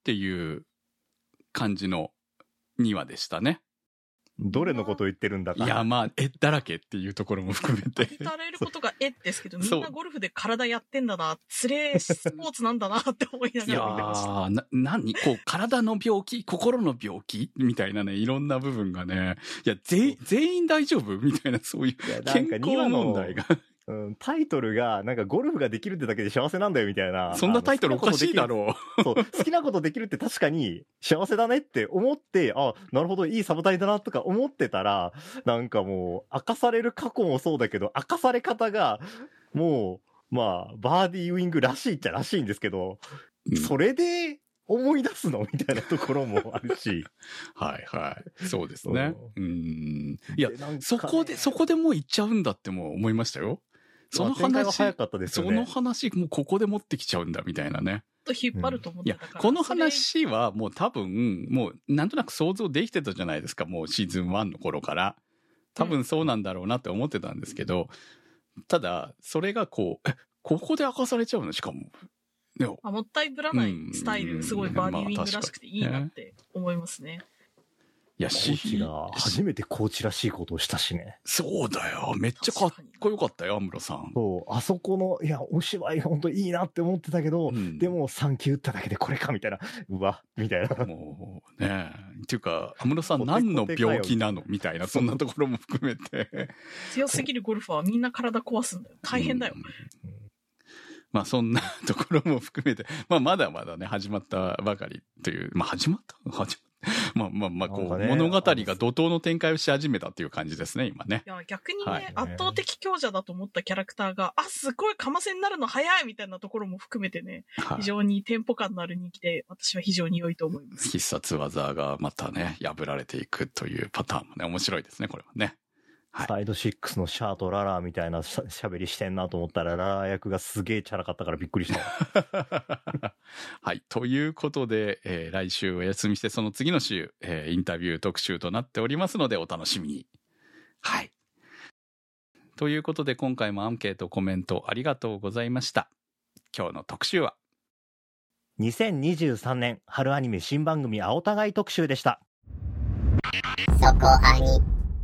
Speaker 3: っていう感じのにわでしたね。
Speaker 4: どれのことを言ってるんだか。
Speaker 3: いや、まあ、えだらけっていうところも含めて。
Speaker 5: 語られることがえですけど、みんなゴルフで体やってんだな、つれスポーツなんだなって思いながら見てました。
Speaker 3: いやー、な、なに、こう、体の病気、心の病気みたいなね、いろんな部分がね、いや、全員、全員大丈夫みたいな、そういう健康問題が。
Speaker 4: うん、タイトルが、なんかゴルフができるってだけで幸せなんだよみたいな。
Speaker 3: そんなタイトルおかしいだろ
Speaker 4: う。そう。好きなことできるって確かに幸せだねって思って、あ、なるほど、いいサブタイだなとか思ってたら、なんかもう、明かされる過去もそうだけど、明かされ方が、もう、まあ、バーディーウィングらしいっちゃらしいんですけど、うん、それで、思い出すのみたいなところもあるし。
Speaker 3: はいはい。そうですね。うん。いや、そこで、そこでもう行っちゃうんだっても思いましたよ。その話、
Speaker 4: は早かったですよね、
Speaker 3: その話、もうここで持ってきちゃうんだみたいなね。
Speaker 5: と引っ張ると思ってたから、うん、
Speaker 3: いや、この話はもう多分、もうなんとなく想像できてたじゃないですか、もうシーズンワンの頃から。多分そうなんだろうなって思ってたんですけど、うん、ただ、それがこう、え、ここで明かされちゃうのしかも。
Speaker 5: あ、もったいぶらないスタイル、うん、すごいバーディーウィングらしくていいなって思いますね。
Speaker 3: いや、
Speaker 4: コーチが初めてコーチらしいことをしたしね。
Speaker 3: そうだよ。めっちゃかっこよかったよ、安室さん。
Speaker 4: そう。あそこの、いや、お芝居本当いいなって思ってたけど、うん、でもさんきゅう打っただけでこれかみたいな。うわ、みたいな。
Speaker 3: もうねえ。っていうか、安室さん何の病気なのみたいな、そんなところも含めて。
Speaker 5: 強すぎるゴルファーはみんな体壊すんだよ。大変だよ。うんうん、
Speaker 3: まあそんなところも含めて、まあまだまだね、始まったばかりという、まあ始まった始まった。まあまあまあ、こう、ね、物語が怒涛の展開をし始めたっていう感じですね、今ね。
Speaker 5: いや、逆にね、はい、圧倒的強者だと思ったキャラクターが、あ、すごいかませになるの早いみたいなところも含めてね、はい、非常にテンポ感のある人気で、私は非常に良いと思います。
Speaker 3: 必殺技がまたね、破られていくというパターンもね、面白いですね、これはね。
Speaker 4: はい、サイドシックスのシャーとララーみたいなしゃべりしてんなと思ったら、ララー役がすげえチャラかったからびっくりした。
Speaker 3: はい。ということで、えー、来週お休みして、その次の週、えー、インタビュー特集となっておりますので、お楽しみに。はい。ということで、今回もアンケート、コメントありがとうございました。今日の特集は
Speaker 4: にせんにじゅうさんねん春アニメ新番組青互い特集でした。
Speaker 2: そこアニ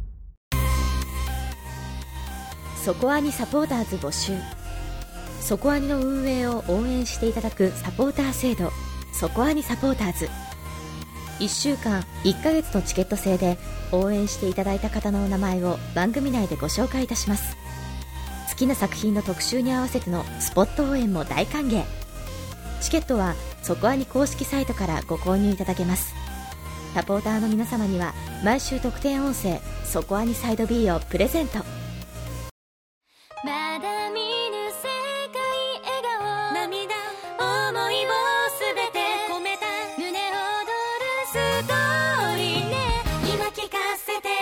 Speaker 10: そこアニサポーターズ募集。そこアニの運営を応援していただくサポーター制度、そこアニサポーターズ。いっしゅうかんいっかげつのチケット制で応援していただいた方のお名前を番組内でご紹介いたします。好きな作品の特集に合わせてのスポット応援も大歓迎。チケットはそこアニ公式サイトからご購入いただけます。サポーターの皆様には毎週特典音声そこアニサイド B をプレゼント。
Speaker 2: まだ見ぬ世界笑顔涙思いをすべて込めた胸躍るストーリーね今聞かせて。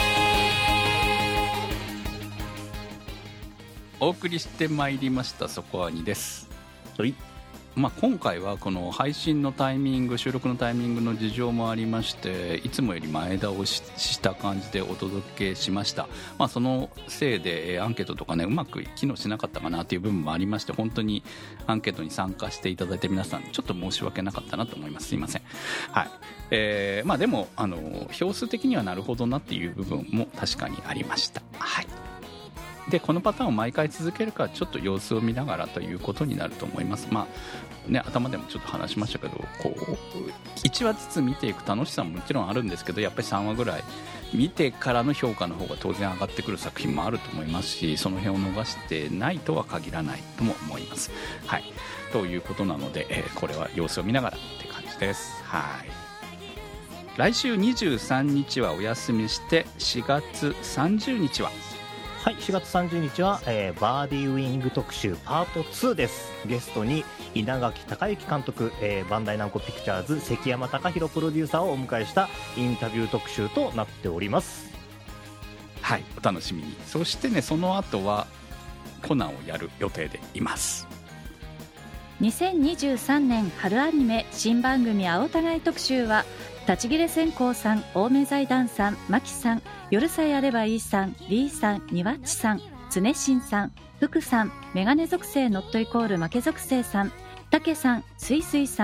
Speaker 3: お送りしてまいりましたそこアニです。はい。まあ、今回はこの配信のタイミング収録のタイミングの事情もありましていつもより前倒しした感じでお届けしました。まあ、そのせいでアンケートとかねうまく機能しなかったかなという部分もありまして本当にアンケートに参加していただいて皆さんちょっと申し訳なかったなと思います。すいません。はい。えー、まあでもあの票数的にはなるほどなっていう部分も確かにありました。はい。でこのパターンを毎回続けるかちょっと様子を見ながらということになると思います。まあね頭でもちょっと話しましたけどこういちわずつ見ていく楽しさももちろんあるんですけどやっぱりさんわぐらい見てからの評価の方が当然上がってくる作品もあると思いますしその辺を逃してないとは限らないとも思います。はいということなので、えー、これは様子を見ながらって感じです。はい来週にじゅうさんにちはお休みしてしがつさんじゅうにちは
Speaker 4: はい、しがつさんじゅうにちは、えー、バーディーウィング特集パートツーです。ゲストに稲垣孝之監督、えー、バンダイナムコピクチャーズ関山貴弘プロデューサーをお迎えしたインタビュー特集となっております。
Speaker 3: はい、お楽しみに。そしてねその後はコナンをやる予定でいます。
Speaker 6: にせんにじゅうさんねん春アニメ新番組青互い特集は立ち切れ線香さん、青梅財団さん、マキさん、夜さえあればいいさん、リーさん、ニワッチさん、常新さん、福さん、メガネ属性ノットイコール負け属性さん、タケさん、スイスイさん、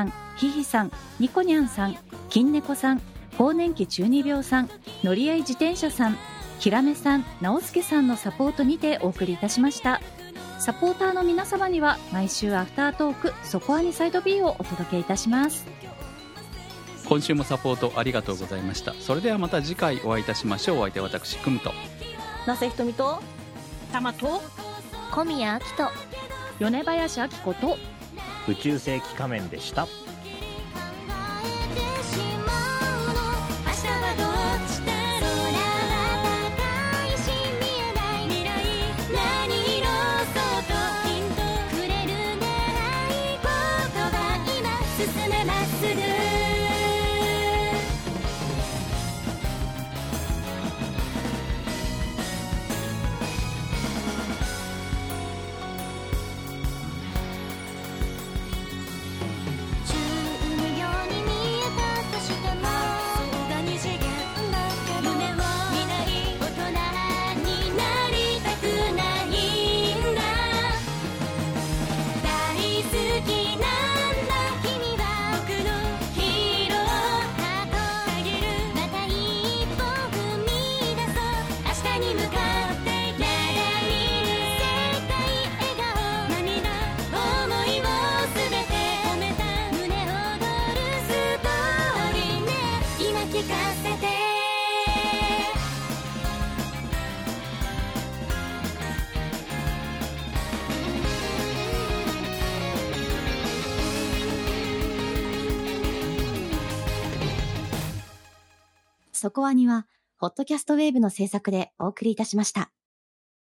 Speaker 6: ひひさん、ニコニャンさん、金猫さん、更年期中二病さん、乗り合い自転車さん、ひらめさん、なおすけさんのサポートにてお送りいたしました。サポーターの皆様には毎週アフタートークそこアニサイド B をお届けいたします。
Speaker 3: 今週もサポートありがとうございました。それではまた次回お会いいたしましょう。お相手は私くむと
Speaker 10: なせひとみと
Speaker 5: たまと
Speaker 1: 小宮明と
Speaker 6: 米林明子と
Speaker 4: 宇宙世紀仮面でした。
Speaker 1: そこアニはホットキャストウェーブの制作でお送りいたしました。